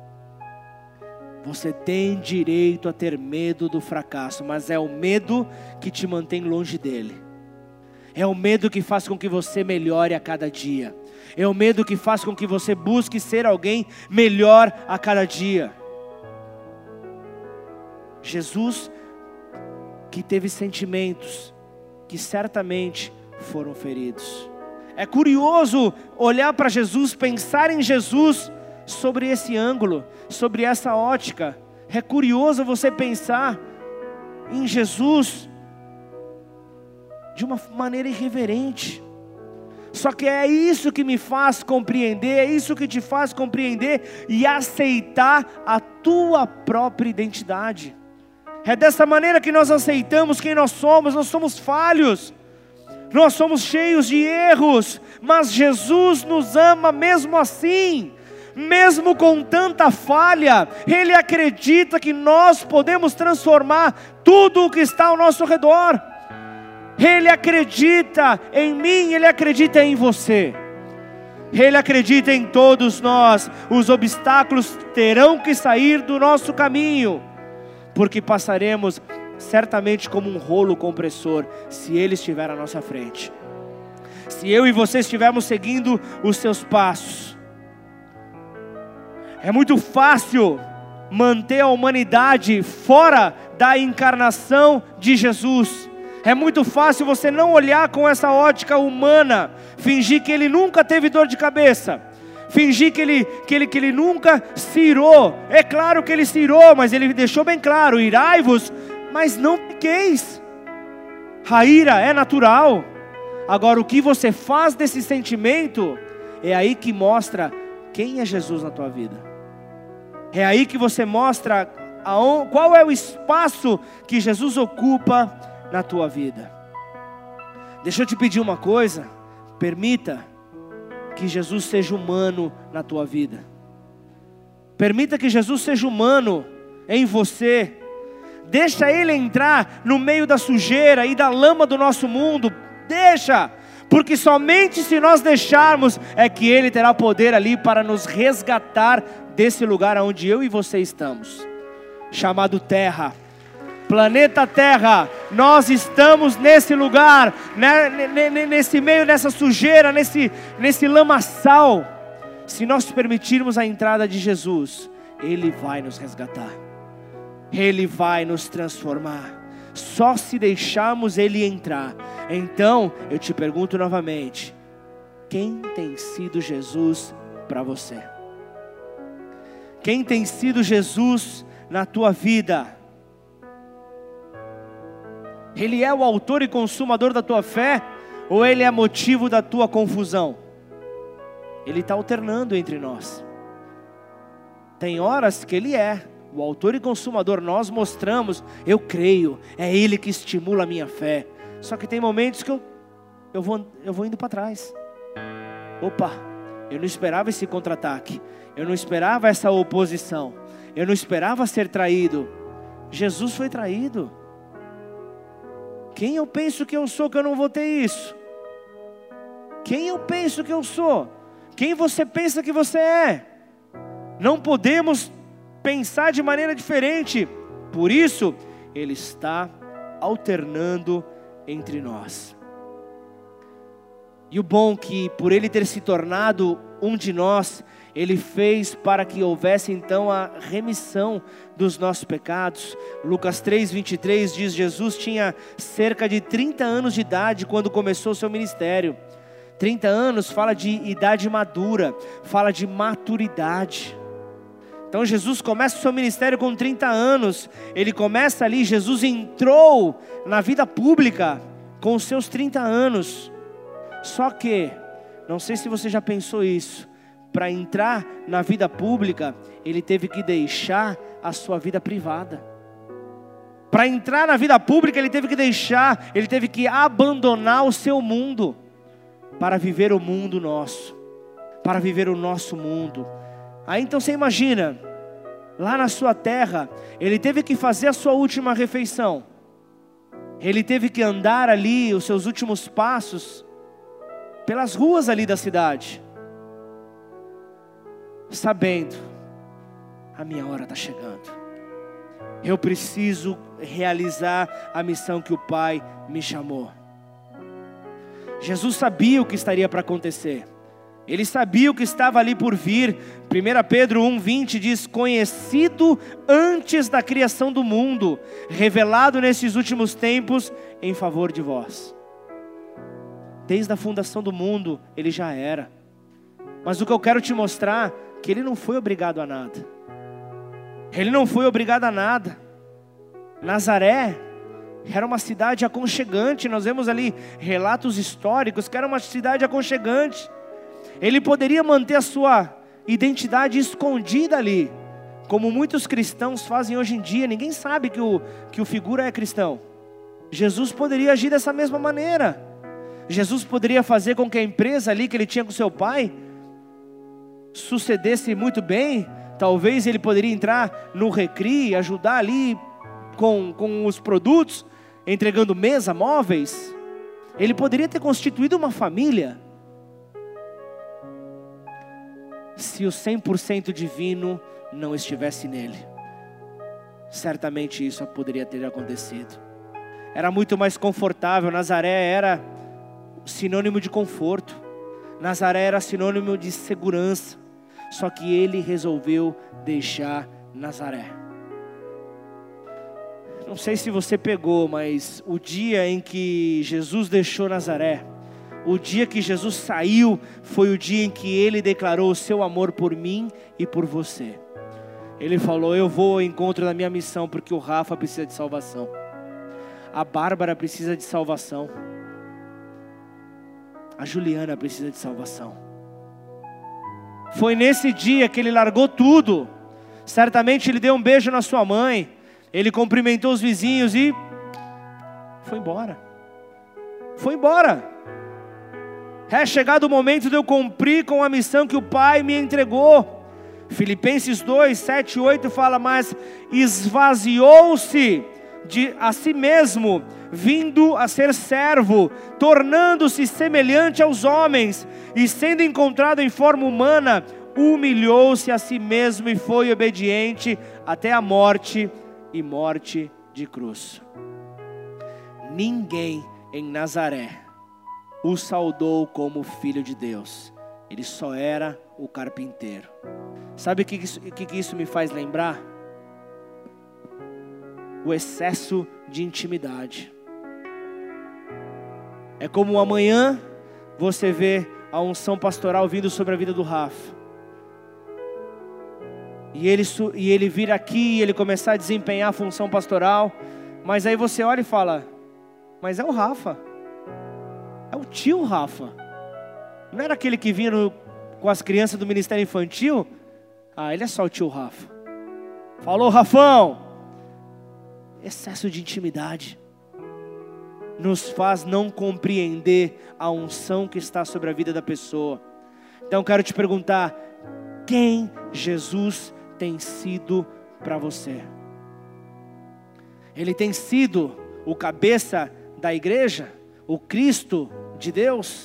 Você tem direito a ter medo do fracasso, mas é o medo que te mantém longe dele. É o medo que faz com que você melhore a cada dia. É o medo que faz com que você busque ser alguém melhor a cada dia. Jesus, que teve sentimentos que certamente foram feridos. É curioso olhar para Jesus, pensar em Jesus sobre esse ângulo, sobre essa ótica. É curioso você pensar em Jesus de uma maneira irreverente. Só que é isso que me faz compreender, é isso que te faz compreender e aceitar a tua própria identidade. É dessa maneira que nós aceitamos quem nós somos falhos. nós somos cheios de erros, mas Jesus nos ama mesmo assim. Mesmo com tanta falha, Ele acredita que nós podemos transformar tudo o que está ao nosso redor. Ele acredita em mim, Ele acredita em você. Ele acredita em todos nós. Os obstáculos terão que sair do nosso caminho, porque passaremos certamente como um rolo compressor, se Ele estiver à nossa frente. Se eu e você estivermos seguindo os seus passos. É muito fácil manter a humanidade fora da encarnação de Jesus. É muito fácil você não olhar com essa ótica humana, fingir que Ele nunca teve dor de cabeça, fingir que ele nunca se irou. É claro que Ele se irou, mas Ele deixou bem claro: irai-vos, mas não pequeis. A ira é natural. Agora, o que você faz desse sentimento, é aí que mostra quem é Jesus na tua vida. É aí que você mostra qual é o espaço que Jesus ocupa na tua vida. Deixa eu te pedir uma coisa: permita que Jesus seja humano na tua vida. Permita que Jesus seja humano em você. Deixa Ele entrar no meio da sujeira e da lama do nosso mundo. Deixa, porque somente se nós deixarmos é que Ele terá poder ali para nos resgatar desse lugar onde eu e você estamos, chamado Terra. Planeta Terra, nós estamos nesse lugar, né, nesse meio dessa sujeira, nesse lamaçal. Se nós permitirmos a entrada de Jesus, Ele vai nos resgatar, Ele vai nos transformar, só se deixarmos Ele entrar. Então, eu te pergunto novamente: quem tem sido Jesus para você? Quem tem sido Jesus na tua vida? Ele é o autor e consumador da tua fé, ou Ele é motivo da tua confusão? Ele está alternando entre nós. Tem horas que Ele é o autor e consumador, nós mostramos: eu creio, é Ele que estimula a minha fé. Só que tem momentos que eu vou indo para trás. Opa, eu não esperava esse contra-ataque, eu não esperava essa oposição, eu não esperava ser traído. Jesus foi traído. Quem eu penso que eu sou que eu não vou ter isso? Quem eu penso que eu sou? Quem você pensa que você é? Não podemos pensar de maneira diferente. Por isso, Ele está alternando entre nós. E o bom que, por Ele ter se tornado um de nós, Ele fez para que houvesse então a remissão dos nossos pecados. Lucas 3:23 diz: Jesus tinha cerca de 30 anos de idade quando começou o seu ministério. 30 anos fala de idade madura, fala de maturidade. Então Jesus começa o seu ministério com 30 anos. Ele começa ali, Jesus entrou na vida pública com os seus 30 anos. Só que, não sei se você já pensou isso, para entrar na vida pública, Ele teve que deixar a sua vida privada. Para entrar na vida pública, Ele teve que abandonar o seu mundo, para viver o mundo nosso, para viver o nosso mundo. Aí então você imagina, lá na sua terra, Ele teve que fazer a sua última refeição, Ele teve que andar ali os seus últimos passos, pelas ruas ali da cidade, sabendo: a minha hora está chegando, eu preciso realizar a missão que o Pai me chamou. Jesus sabia o que estaria para acontecer, Ele sabia o que estava ali por vir. 1 Pedro 1:20 diz: conhecido antes da criação do mundo, revelado nesses últimos tempos em favor de vós. Desde a fundação do mundo Ele já era. Mas o que eu quero te mostrar, que Ele não foi obrigado a nada. Ele não foi obrigado a nada. Nazaré era uma cidade aconchegante. Nós vemos ali relatos históricos que era uma cidade aconchegante. Ele poderia manter a sua identidade escondida ali, como muitos cristãos fazem hoje em dia. Ninguém sabe que o figura é cristão. Jesus poderia agir dessa mesma maneira. Jesus poderia fazer com que a empresa ali que ele tinha com seu pai sucedesse muito bem. Talvez ele poderia entrar no Recri, ajudar ali com os produtos, entregando mesa, móveis. Ele poderia ter constituído uma família. Se o 100% divino não estivesse nele, certamente isso poderia ter acontecido. Era muito mais confortável. Nazaré era sinônimo de conforto. Nazaré era sinônimo de segurança. Só que ele resolveu deixar Nazaré. Não sei se você pegou, mas o dia em que Jesus deixou Nazaré, o dia que Jesus saiu, foi o dia em que ele declarou o seu amor por mim e por você. Ele falou: eu vou ao encontro da minha missão, porque o Rafa precisa de salvação, a Bárbara precisa de salvação, a Juliana precisa de salvação. Foi nesse dia que ele largou tudo. Certamente ele deu um beijo na sua mãe, ele cumprimentou os vizinhos e foi embora. Foi embora. É chegado o momento de eu cumprir com a missão que o Pai me entregou. Filipenses 2, 7 e 8 fala: mas esvaziou-se de a si mesmo, vindo a ser servo, tornando-se semelhante aos homens, e sendo encontrado em forma humana, humilhou-se a si mesmo e foi obediente até a morte, e morte de cruz. Ninguém em Nazaré o saudou como filho de Deus. Ele só era o carpinteiro. Sabe o que isso me faz lembrar? O excesso de intimidade. É como amanhã você vê a unção pastoral vindo sobre a vida do Rafa. E ele vir aqui e ele começar a desempenhar a função pastoral. Mas aí você olha e fala: mas é o Rafa. É o tio Rafa. Não era aquele que vinha com as crianças do ministério infantil? Ah, ele é só o tio Rafa. Falou, Rafão. Excesso de intimidade nos faz não compreender a unção que está sobre a vida da pessoa. Então quero te perguntar: quem Jesus tem sido para você? Ele tem sido o cabeça da igreja? O Cristo de Deus?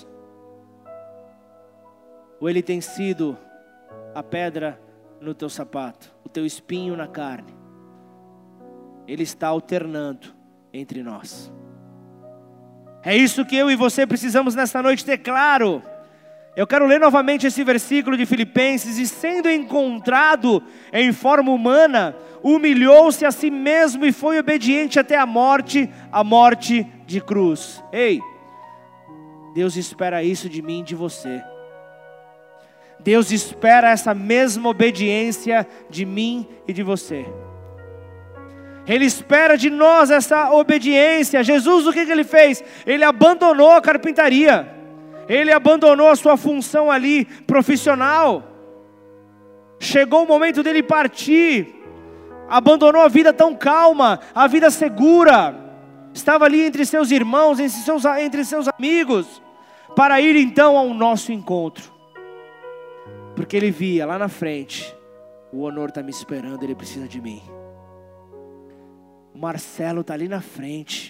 Ou ele tem sido a pedra no teu sapato, o teu espinho na carne? Ele está alternando entre nós. É isso que eu e você precisamos nesta noite ter claro. Eu quero ler novamente esse versículo de Filipenses: e sendo encontrado em forma humana, humilhou-se a si mesmo e foi obediente até a morte de cruz. Ei, Deus espera isso de mim e de você. Deus espera essa mesma obediência de mim e de você. Ele espera de nós essa obediência. Jesus, o que ele fez? Ele abandonou a carpintaria. Ele abandonou a sua função ali profissional. Chegou o momento dele partir. Abandonou a vida tão calma, a vida segura. Estava ali entre seus irmãos, entre seus amigos, para ir então ao nosso encontro. Porque ele via lá na frente: o Honor está me esperando, ele precisa de mim. O Marcelo está ali na frente,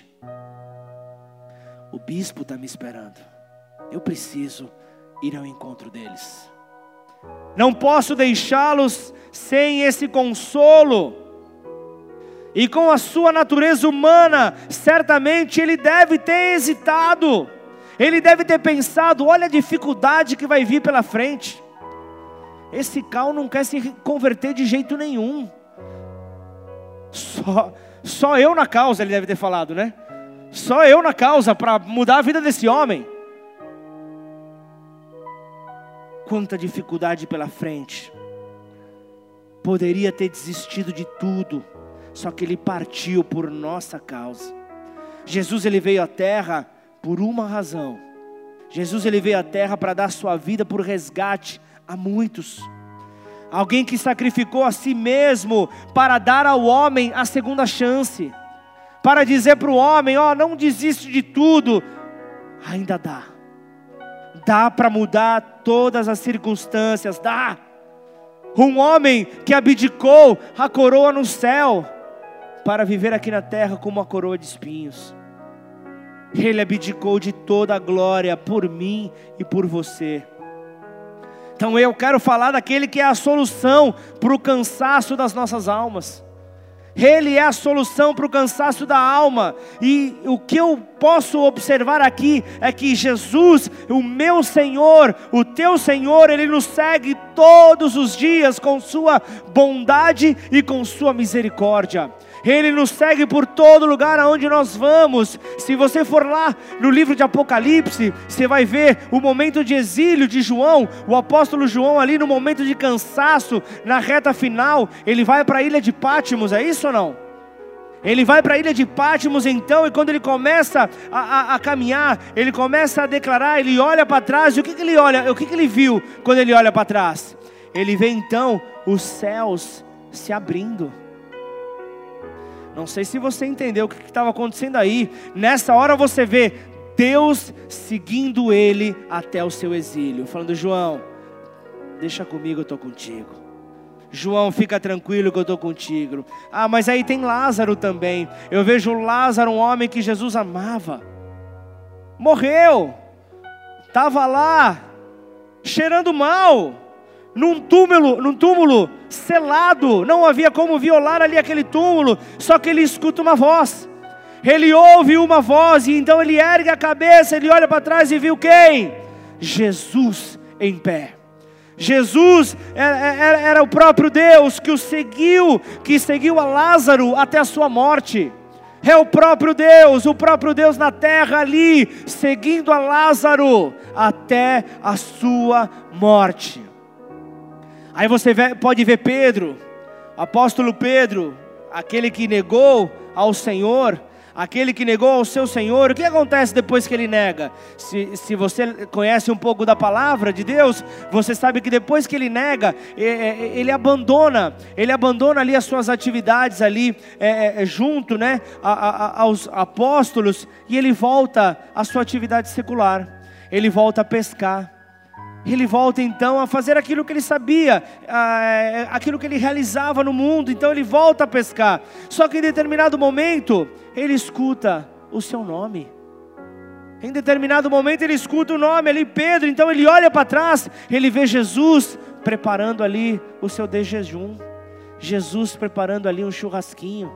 o bispo está me esperando, eu preciso ir ao encontro deles. Não posso deixá-los sem esse consolo. E com a sua natureza humana, certamente ele deve ter hesitado. Ele deve ter pensado: olha a dificuldade que vai vir pela frente. Esse Cal não quer se converter de jeito nenhum. Só eu na causa, ele deve ter falado, né? Só eu na causa para mudar a vida desse homem. Quanta dificuldade pela frente. Poderia ter desistido de tudo, só que ele partiu por nossa causa. Jesus, ele veio à terra por uma razão. Jesus, ele veio à terra para dar sua vida por resgate a muitos. Alguém que sacrificou a si mesmo para dar ao homem a segunda chance. Para dizer para o homem: ó, não desiste de tudo. ainda dá. Dá para mudar todas as circunstâncias, dá. Um homem que abdicou a coroa no céu para viver aqui na terra com uma coroa de espinhos. Ele abdicou de toda a glória por mim e por você. Então eu quero falar daquele que é a solução para o cansaço das nossas almas. Ele é a solução para o cansaço da alma. E o que eu posso observar aqui é que Jesus, o meu Senhor, o teu Senhor, Ele nos segue todos os dias com sua bondade e com sua misericórdia. Ele nos segue por todo lugar aonde nós vamos. Se você for lá no livro de Apocalipse, você vai ver o momento de exílio de João, o apóstolo João ali no momento de cansaço, na reta final, ele vai para a ilha de Pátimos, é isso ou não? Ele vai para a ilha de Pátimos então, e quando ele começa a caminhar, ele começa a declarar, ele olha para trás, e o que ele olha? O que ele viu quando ele olha para trás? Ele vê então os céus se abrindo. Não sei se você entendeu o que estava acontecendo aí. Nessa hora você vê Deus seguindo ele até o seu exílio, falando: João, deixa comigo, eu estou contigo. João, fica tranquilo que eu estou contigo. Ah, mas aí tem Lázaro também. Eu vejo Lázaro, um homem que Jesus amava. Morreu. Estava lá, cheirando mal. Num túmulo selado, não havia como violar ali aquele túmulo, só que ele escuta uma voz, ele ouve uma voz, e então ele ergue a cabeça, ele olha para trás e viu quem? Jesus em pé. Jesus era o próprio Deus que seguiu a Lázaro até a sua morte. É o próprio Deus na terra ali, seguindo a Lázaro até a sua morte. Aí você pode ver Pedro, apóstolo Pedro, aquele que negou ao Senhor, aquele que negou ao seu Senhor. O que acontece depois que ele nega? Se você conhece um pouco da palavra de Deus, você sabe que depois que ele nega, ele abandona ali as suas atividades ali, junto, né, aos apóstolos, e ele volta à sua atividade secular, ele volta a pescar. Ele volta então a fazer aquilo que ele sabia, aquilo que ele realizava no mundo. Então ele volta a pescar. Só que em determinado momento, ele escuta o seu nome. Em determinado momento ele escuta o nome ali, Pedro. Então ele olha para trás, ele vê Jesus preparando ali o seu de jejum. Jesus preparando ali um churrasquinho.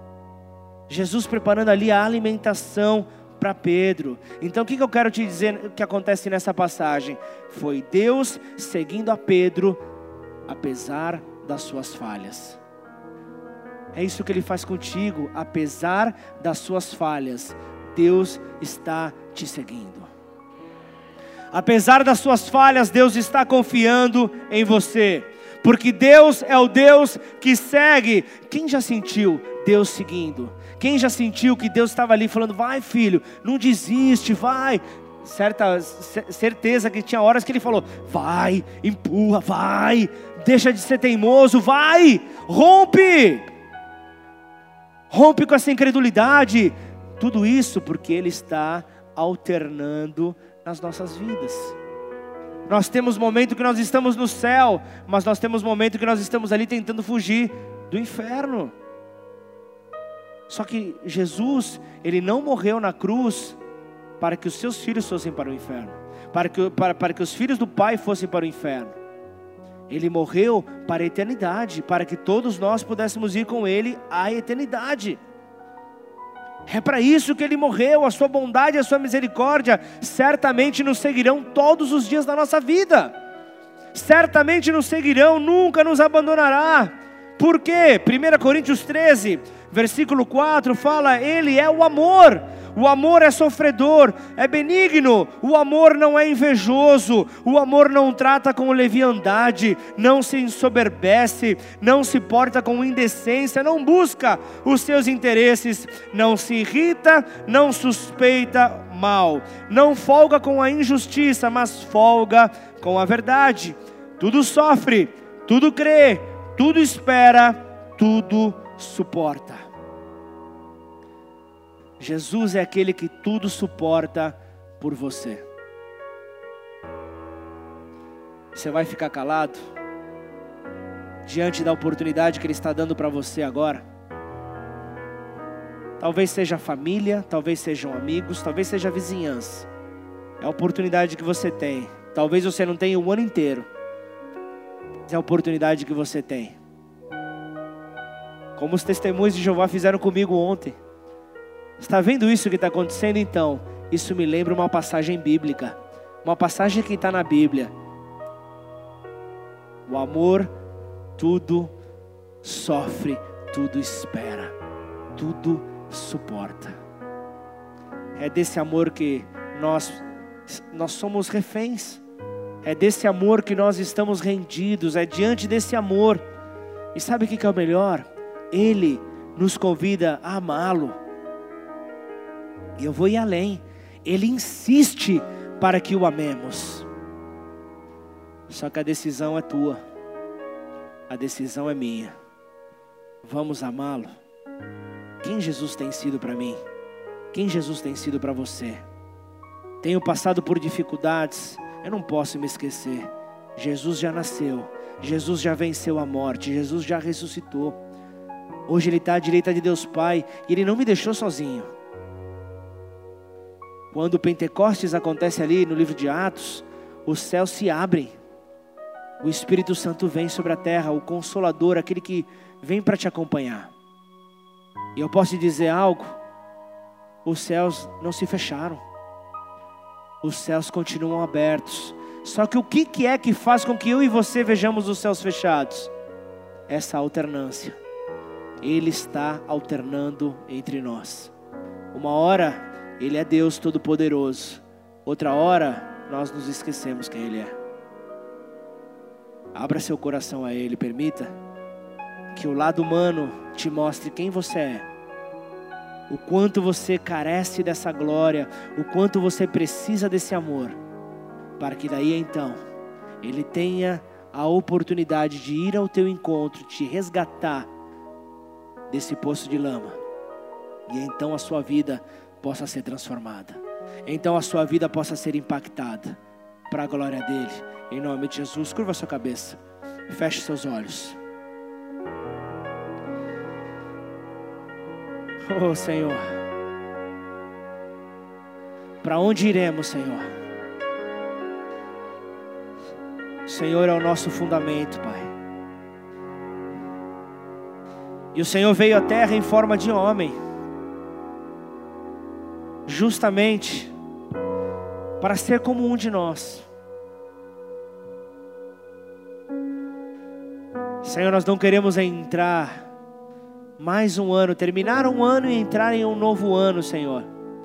Jesus preparando ali a alimentação para Pedro. Então o que eu quero te dizer que acontece nessa passagem? Foi Deus seguindo a Pedro, apesar das suas falhas. É isso que Ele faz contigo, apesar das suas falhas, Deus está te seguindo. Apesar das suas falhas, Deus está confiando em você, porque Deus é o Deus que segue. Quem já sentiu Deus seguindo? Quem já sentiu que Deus estava ali falando: vai filho, não desiste, vai. Certeza que tinha horas que Ele falou: vai, empurra, vai, deixa de ser teimoso, vai, rompe com essa incredulidade. Tudo isso porque Ele está alternando nas nossas vidas. Nós temos momento que nós estamos no céu, mas nós temos momento que nós estamos ali tentando fugir do inferno. Só que Jesus, Ele não morreu na cruz para que os seus filhos fossem para o inferno, para que os filhos do Pai fossem para o inferno. Ele morreu para a eternidade, para que todos nós pudéssemos ir com Ele à eternidade. É para isso que Ele morreu. A sua bondade e a sua misericórdia certamente nos seguirão todos os dias da nossa vida. Certamente nos seguirão, nunca nos abandonará. Por quê? 1 Coríntios 13, versículo 4 fala: Ele é o amor. O amor é sofredor, é benigno, o amor não é invejoso, o amor não trata com leviandade, não se ensoberbece, não se porta com indecência, não busca os seus interesses, não se irrita, não suspeita mal, não folga com a injustiça, mas folga com a verdade. Tudo sofre, tudo crê, tudo espera, tudo suporta. Jesus é aquele que tudo suporta, por você. Você vai ficar calado diante da oportunidade que Ele está dando para você agora? Talvez seja a família, talvez sejam amigos, talvez seja a vizinhança. É a oportunidade que você tem. Talvez você não tenha o ano inteiro, mas é a oportunidade que você tem. Como os testemunhos de Jeová fizeram comigo ontem. Está vendo isso que está acontecendo? Então, isso me lembra uma passagem bíblica. Uma passagem que está na Bíblia. O amor tudo sofre, tudo espera, tudo suporta. É desse amor que nós somos reféns. É desse amor que nós estamos rendidos. É diante desse amor. E sabe o que é o melhor? Ele nos convida a amá-lo. E eu vou ir além. Ele insiste para que o amemos. Só que a decisão é tua. A decisão é minha. Vamos amá-lo? Quem Jesus tem sido para mim? Quem Jesus tem sido para você? Tenho passado por dificuldades. Eu não posso me esquecer. Jesus já nasceu. Jesus já venceu a morte. Jesus já ressuscitou. Hoje Ele está à direita de Deus Pai. E Ele não me deixou sozinho. Quando o Pentecostes acontece ali no livro de Atos, os céus se abrem. O Espírito Santo vem sobre a terra, o Consolador, aquele que vem para te acompanhar. E eu posso te dizer algo: os céus não se fecharam. Os céus continuam abertos. Só que o que é que faz com que eu e você vejamos os céus fechados? Essa alternância. Ele está alternando entre nós. Uma hora Ele é Deus Todo-Poderoso. Outra hora nós nos esquecemos quem Ele é. Abra seu coração a Ele, permita que o lado humano te mostre quem você é. O quanto você carece dessa glória, o quanto você precisa desse amor, para que daí então Ele tenha a oportunidade de ir ao teu encontro, te resgatar desse poço de lama, e então a sua vida possa ser transformada, então a sua vida possa ser impactada para a glória dEle. Em nome de Jesus, curva a sua cabeça, feche seus olhos. Oh Senhor, para onde iremos, Senhor? O Senhor é o nosso fundamento, Pai. E o Senhor veio à terra em forma de homem, justamente para ser como um de nós. Senhor, nós não queremos entrar mais um ano, terminar um ano e entrar em um novo ano, Senhor,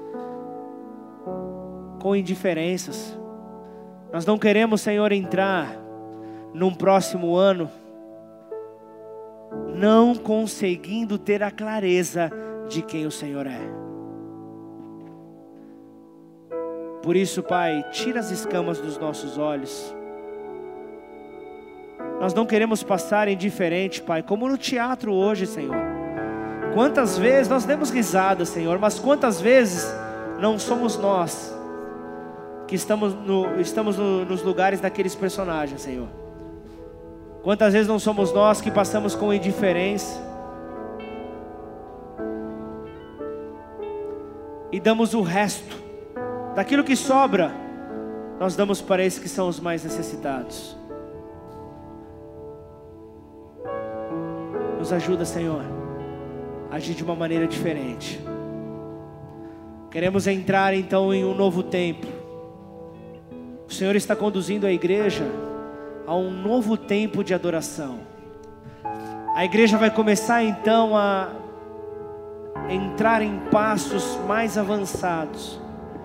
com indiferenças. Nós não queremos, Senhor, entrar num próximo ano não conseguindo ter a clareza de quem o Senhor é. Por isso, Pai, tira as escamas dos nossos olhos. Nós não queremos passar indiferente, Pai, como no teatro hoje, Senhor. Quantas vezes nós demos risada, Senhor, mas quantas vezes não somos nós que estamos nos lugares daqueles personagens, Senhor. Quantas vezes não somos nós que passamos com indiferença e damos o resto daquilo que sobra, nós damos para esses que são os mais necessitados. Nos ajuda, Senhor, a agir de uma maneira diferente. Queremos entrar então em um novo tempo. O Senhor está conduzindo a igreja a um novo tempo de adoração. A igreja vai começar então a entrar em passos mais avançados.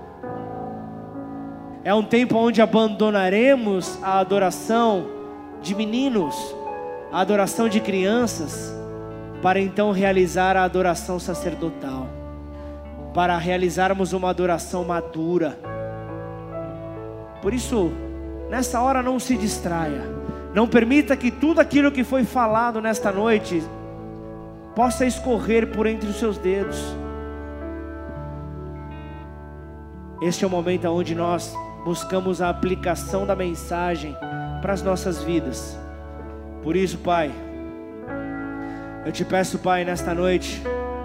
É um tempo onde abandonaremos a adoração de meninos, a adoração de crianças, para então realizar a adoração sacerdotal, para realizarmos uma adoração madura. Por isso, nessa hora não se distraia, não permita que tudo aquilo que foi falado nesta noite possa escorrer por entre os seus dedos. Este é o momento onde nós buscamos a aplicação da mensagem para as nossas vidas. Por isso, Pai, eu te peço, Pai, nesta noite,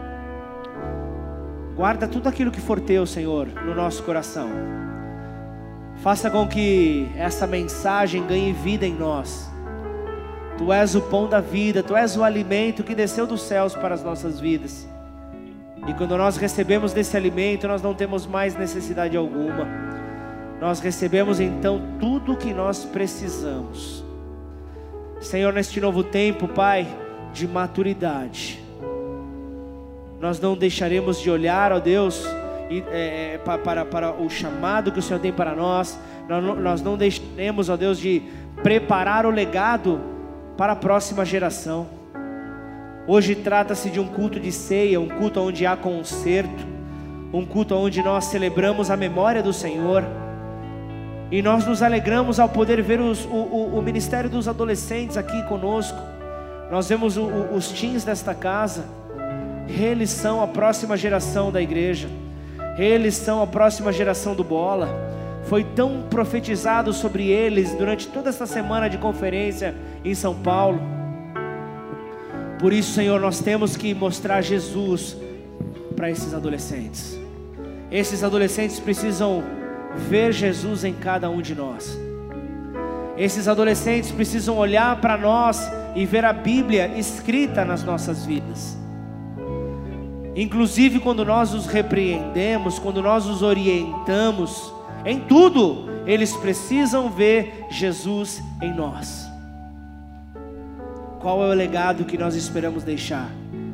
guarda tudo aquilo que for teu, Senhor, no nosso coração. Faça com que essa mensagem ganhe vida em nós. Tu és o pão da vida, Tu és o alimento que desceu dos céus para as nossas vidas. E quando nós recebemos desse alimento, nós não temos mais necessidade alguma. Nós recebemos então tudo o que nós precisamos. Senhor, neste novo tempo, Pai, de maturidade, nós não deixaremos de olhar, ó Deus, para o chamado que o Senhor tem para nós. Nós não deixaremos, ó Deus, de preparar o legado para a próxima geração. Hoje trata-se de um culto de ceia, um culto onde há concerto, um culto onde nós celebramos a memória do Senhor. E nós nos alegramos ao poder ver o ministério dos adolescentes aqui conosco. Nós vemos os teens desta casa. Eles são a próxima geração da igreja. Eles são a próxima geração do Bola. Foi tão profetizado sobre eles durante toda essa semana de conferência em São Paulo. Por isso, Senhor, nós temos que mostrar Jesus para esses adolescentes. Esses adolescentes precisam ver Jesus em cada um de nós. Esses adolescentes precisam olhar para nós e ver a Bíblia escrita nas nossas vidas. Inclusive quando nós os repreendemos, quando nós os orientamos, em tudo, eles precisam ver Jesus em nós. Qual é o legado que nós esperamos deixar?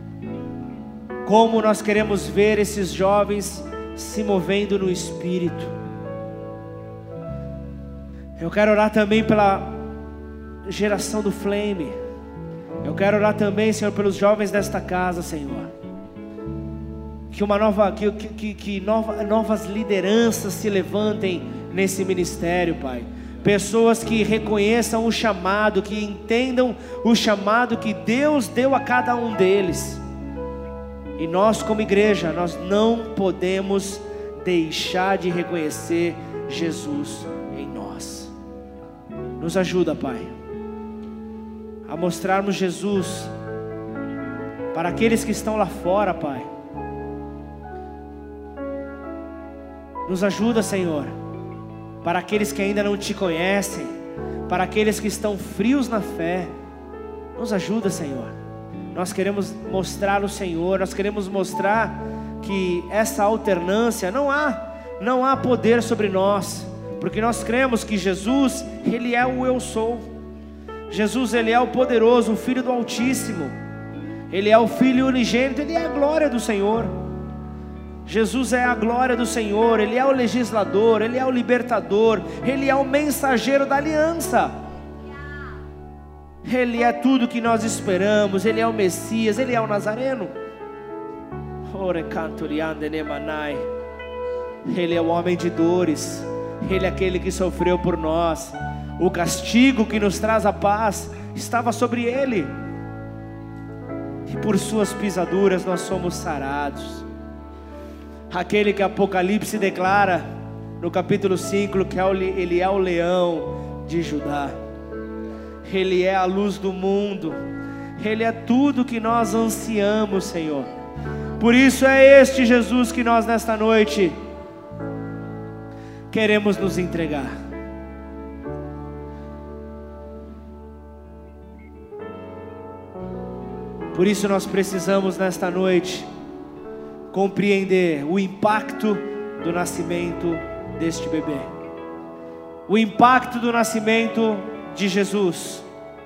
Como nós queremos ver esses jovens se movendo no Espírito? Eu quero orar também pela geração do Flame. Eu quero orar também, Senhor, pelos jovens desta casa, Senhor. Que novas lideranças se levantem nesse ministério, Pai. Pessoas que reconheçam o chamado, que entendam o chamado que Deus deu a cada um deles. E nós como igreja, nós não podemos deixar de reconhecer Jesus em nós. Nos ajuda, Pai, a mostrarmos Jesus para aqueles que estão lá fora, Pai. Nos ajuda, Senhor, para aqueles que ainda não Te conhecem, para aqueles que estão frios na fé. Nos ajuda, Senhor. Nós queremos mostrar o Senhor, nós queremos mostrar que essa alternância não há poder sobre nós, porque nós cremos que Jesus, Ele é o eu sou. Jesus, Ele é o poderoso, o Filho do Altíssimo. Ele é o Filho unigênito, Ele é a glória do Senhor. Jesus é a glória do Senhor, Ele é o legislador, Ele é o libertador, Ele é o mensageiro da aliança. Ele é tudo que nós esperamos, Ele é o Messias, Ele é o Nazareno. Ele é o homem de dores, Ele é aquele que sofreu por nós. O castigo que nos traz a paz estava sobre Ele, e por suas pisaduras nós somos sarados. Aquele que Apocalipse declara no capítulo 5 que Ele é o leão de Judá. Ele é a luz do mundo. Ele é tudo que nós ansiamos, Senhor. Por isso é este Jesus que nós nesta noite queremos nos entregar. Por isso nós precisamos nesta noite compreender o impacto do nascimento deste bebê, o impacto do nascimento de Jesus.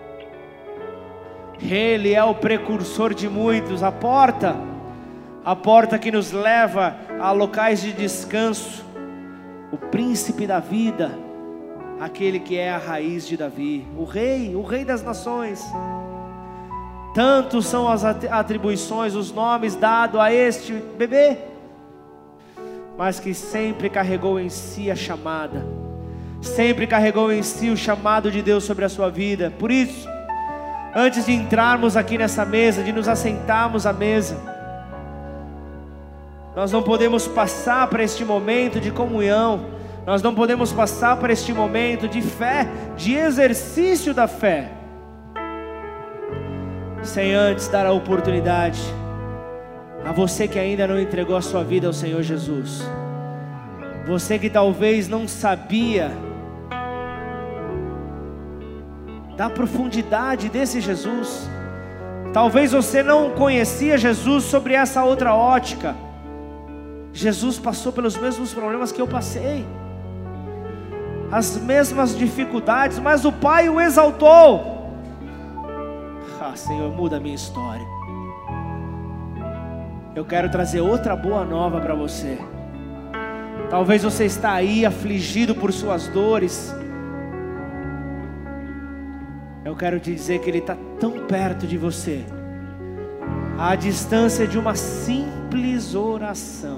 Ele é o precursor de muitos, a porta que nos leva a locais de descanso, o príncipe da vida, aquele que é a raiz de Davi, o rei das nações. Tantos são as atribuições, os nomes dados a este bebê, mas que sempre carregou em si a chamada, sempre carregou em si o chamado de Deus sobre a sua vida. Por isso, antes de entrarmos aqui nessa mesa, de nos assentarmos à mesa, Nós não podemos passar para este momento de comunhão, nós não podemos passar para este momento de fé, de exercício da fé, sem antes dar a oportunidade a você que ainda não entregou a sua vida ao Senhor Jesus. Você que talvez não sabia da profundidade desse Jesus. Talvez você não conhecia Jesus sobre essa outra ótica. Jesus passou pelos mesmos problemas que eu passei, as mesmas dificuldades, mas o Pai o exaltou. Senhor, muda a minha história. Eu quero trazer outra boa nova para você. Talvez você está aí afligido por suas dores. Eu quero te dizer que Ele está tão perto de você, à distância de uma simples oração.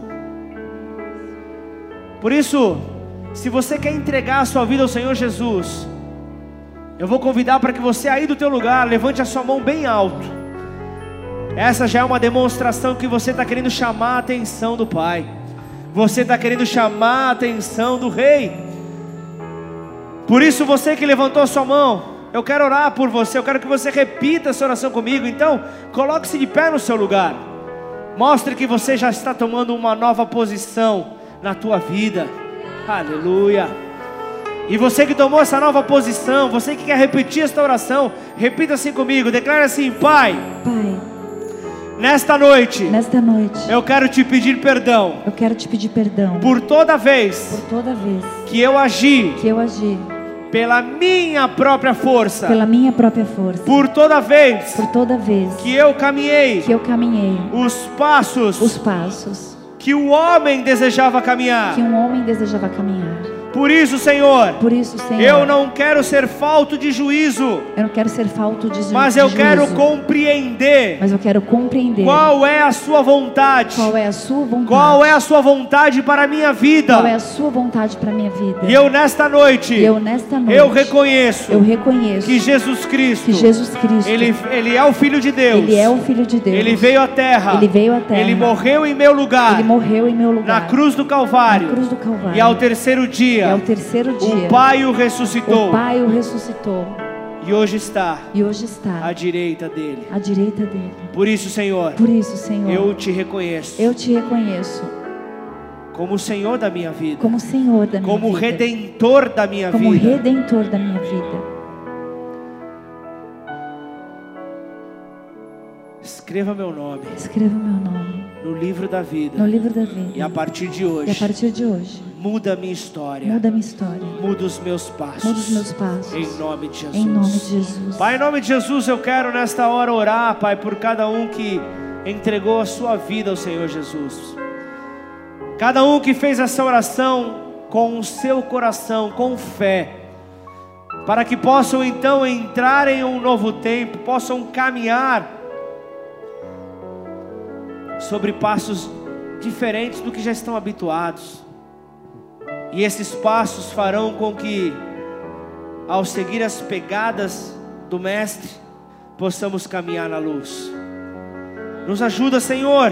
Por isso, se você quer entregar a sua vida ao Senhor Jesus, eu vou convidar para que você aí do teu lugar levante a sua mão bem alto. Essa já é uma demonstração que você está querendo chamar a atenção do Pai. Você está querendo chamar a atenção do Rei. Por isso, você que levantou a sua mão, eu quero orar por você. Eu quero que você repita essa oração comigo. Então, coloque-se de pé no seu lugar. Mostre que você já está tomando uma nova posição na tua vida. Aleluia. E você que tomou essa nova posição, você que quer repetir esta oração, repita assim comigo. Declare assim: Pai, nesta noite, eu quero te pedir perdão. Eu quero te pedir perdão por toda vez que eu agi pela minha própria força. Por toda vez que eu caminhei os passos que o homem desejava caminhar. Por isso, Senhor, eu não quero ser falto de juízo. Mas eu quero compreender. Qual é a sua vontade? Qual é a sua vontade para a minha vida? E eu nesta noite, eu reconheço que Jesus Cristo, Ele é o Filho de Deus. Ele veio à terra. Ele morreu em meu lugar. Na cruz do Calvário. E ao terceiro dia, o Pai o ressuscitou. E hoje está à direita dele. Por isso, Senhor, eu te reconheço como o Senhor da minha vida, como Redentor da minha vida. Escreva meu nome no livro da vida. E a partir de hoje, muda a minha história. Muda os meus passos. Em nome de Jesus. Pai, em nome de Jesus, eu quero nesta hora orar, Pai, por cada um que entregou a sua vida ao Senhor Jesus. Cada um que fez essa oração com o seu coração, com fé, para que possam então entrar em um novo tempo, possam caminhar sobre passos diferentes do que já estão habituados. E esses passos farão com que, ao seguir as pegadas do Mestre, possamos caminhar na luz. Nos ajuda, Senhor,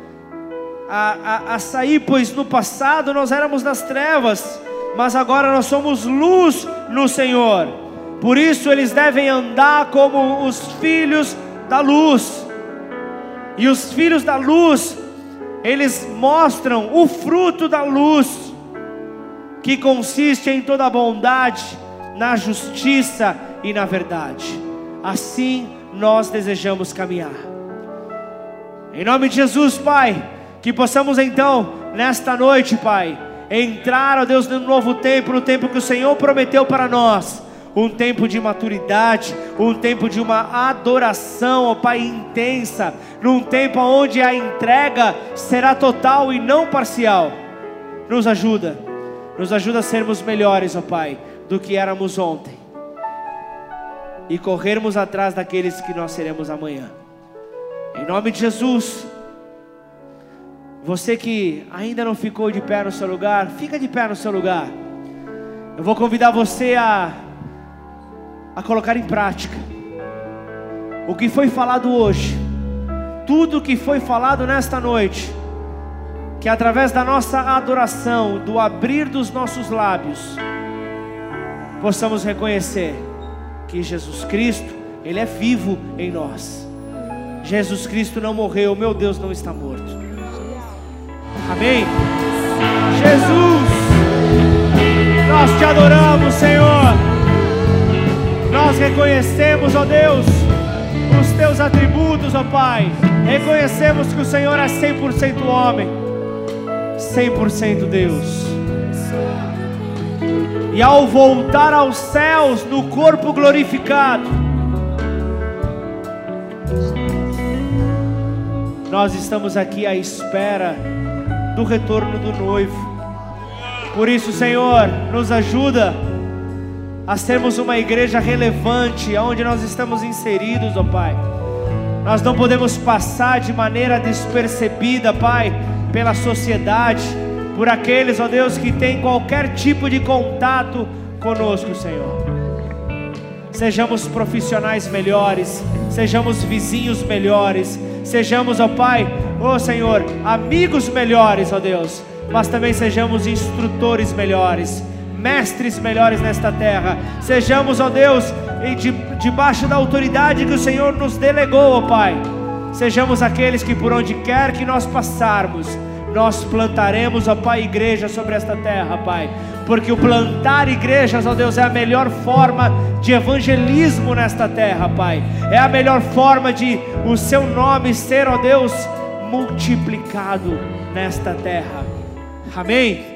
a sair, pois no passado nós éramos das trevas, mas agora nós somos luz no Senhor. Por isso eles devem andar como os filhos da luz. E os filhos da luz, eles mostram o fruto da luz, que consiste em toda a bondade, na justiça e na verdade. Assim nós desejamos caminhar. Em nome de Jesus, Pai, que possamos então, nesta noite, Pai, entrar, ó Deus, no novo tempo, no tempo que o Senhor prometeu para nós. Um tempo de maturidade, um tempo de uma adoração, ó Pai, intensa, num tempo onde a entrega será total e não parcial. Nos ajuda a sermos melhores, ó Pai, do que éramos ontem, e corrermos atrás daqueles que nós seremos amanhã. Em nome de Jesus. Você que ainda não ficou de pé no seu lugar, fica de pé no seu lugar. Eu vou convidar você a colocar em prática o que foi falado hoje, tudo que foi falado nesta noite. que através da nossa adoração, do abrir dos nossos lábios, possamos reconhecer que Jesus Cristo, Ele é vivo em nós. Jesus Cristo não morreu, meu Deus não está morto. Amém? Jesus, nós te adoramos, Senhor. Nós reconhecemos, ó Deus, os teus atributos, ó Pai. Reconhecemos que o Senhor é 100% homem, 100% Deus. E ao voltar aos céus no corpo glorificado, nós estamos aqui à espera do retorno do noivo. Por isso, Senhor, nos ajuda a sermos uma igreja relevante onde nós estamos inseridos, ó Pai. Nós não podemos passar de maneira despercebida, Pai, pela sociedade, por aqueles, ó Deus, que têm qualquer tipo de contato conosco, Senhor. Sejamos profissionais melhores, sejamos vizinhos melhores, sejamos, ó Pai, ó Senhor, amigos melhores, ó Deus, mas também sejamos instrutores melhores, mestres melhores nesta terra. Sejamos, ó Deus, debaixo da autoridade que o Senhor nos delegou, ó Pai. Sejamos aqueles que por onde quer que nós passarmos, nós plantaremos, ó Pai, igreja sobre esta terra, Pai. Porque o plantar igrejas, ó Deus, é a melhor forma de evangelismo nesta terra, Pai. É a melhor forma de o seu nome ser, ó Deus, multiplicado nesta terra. Amém?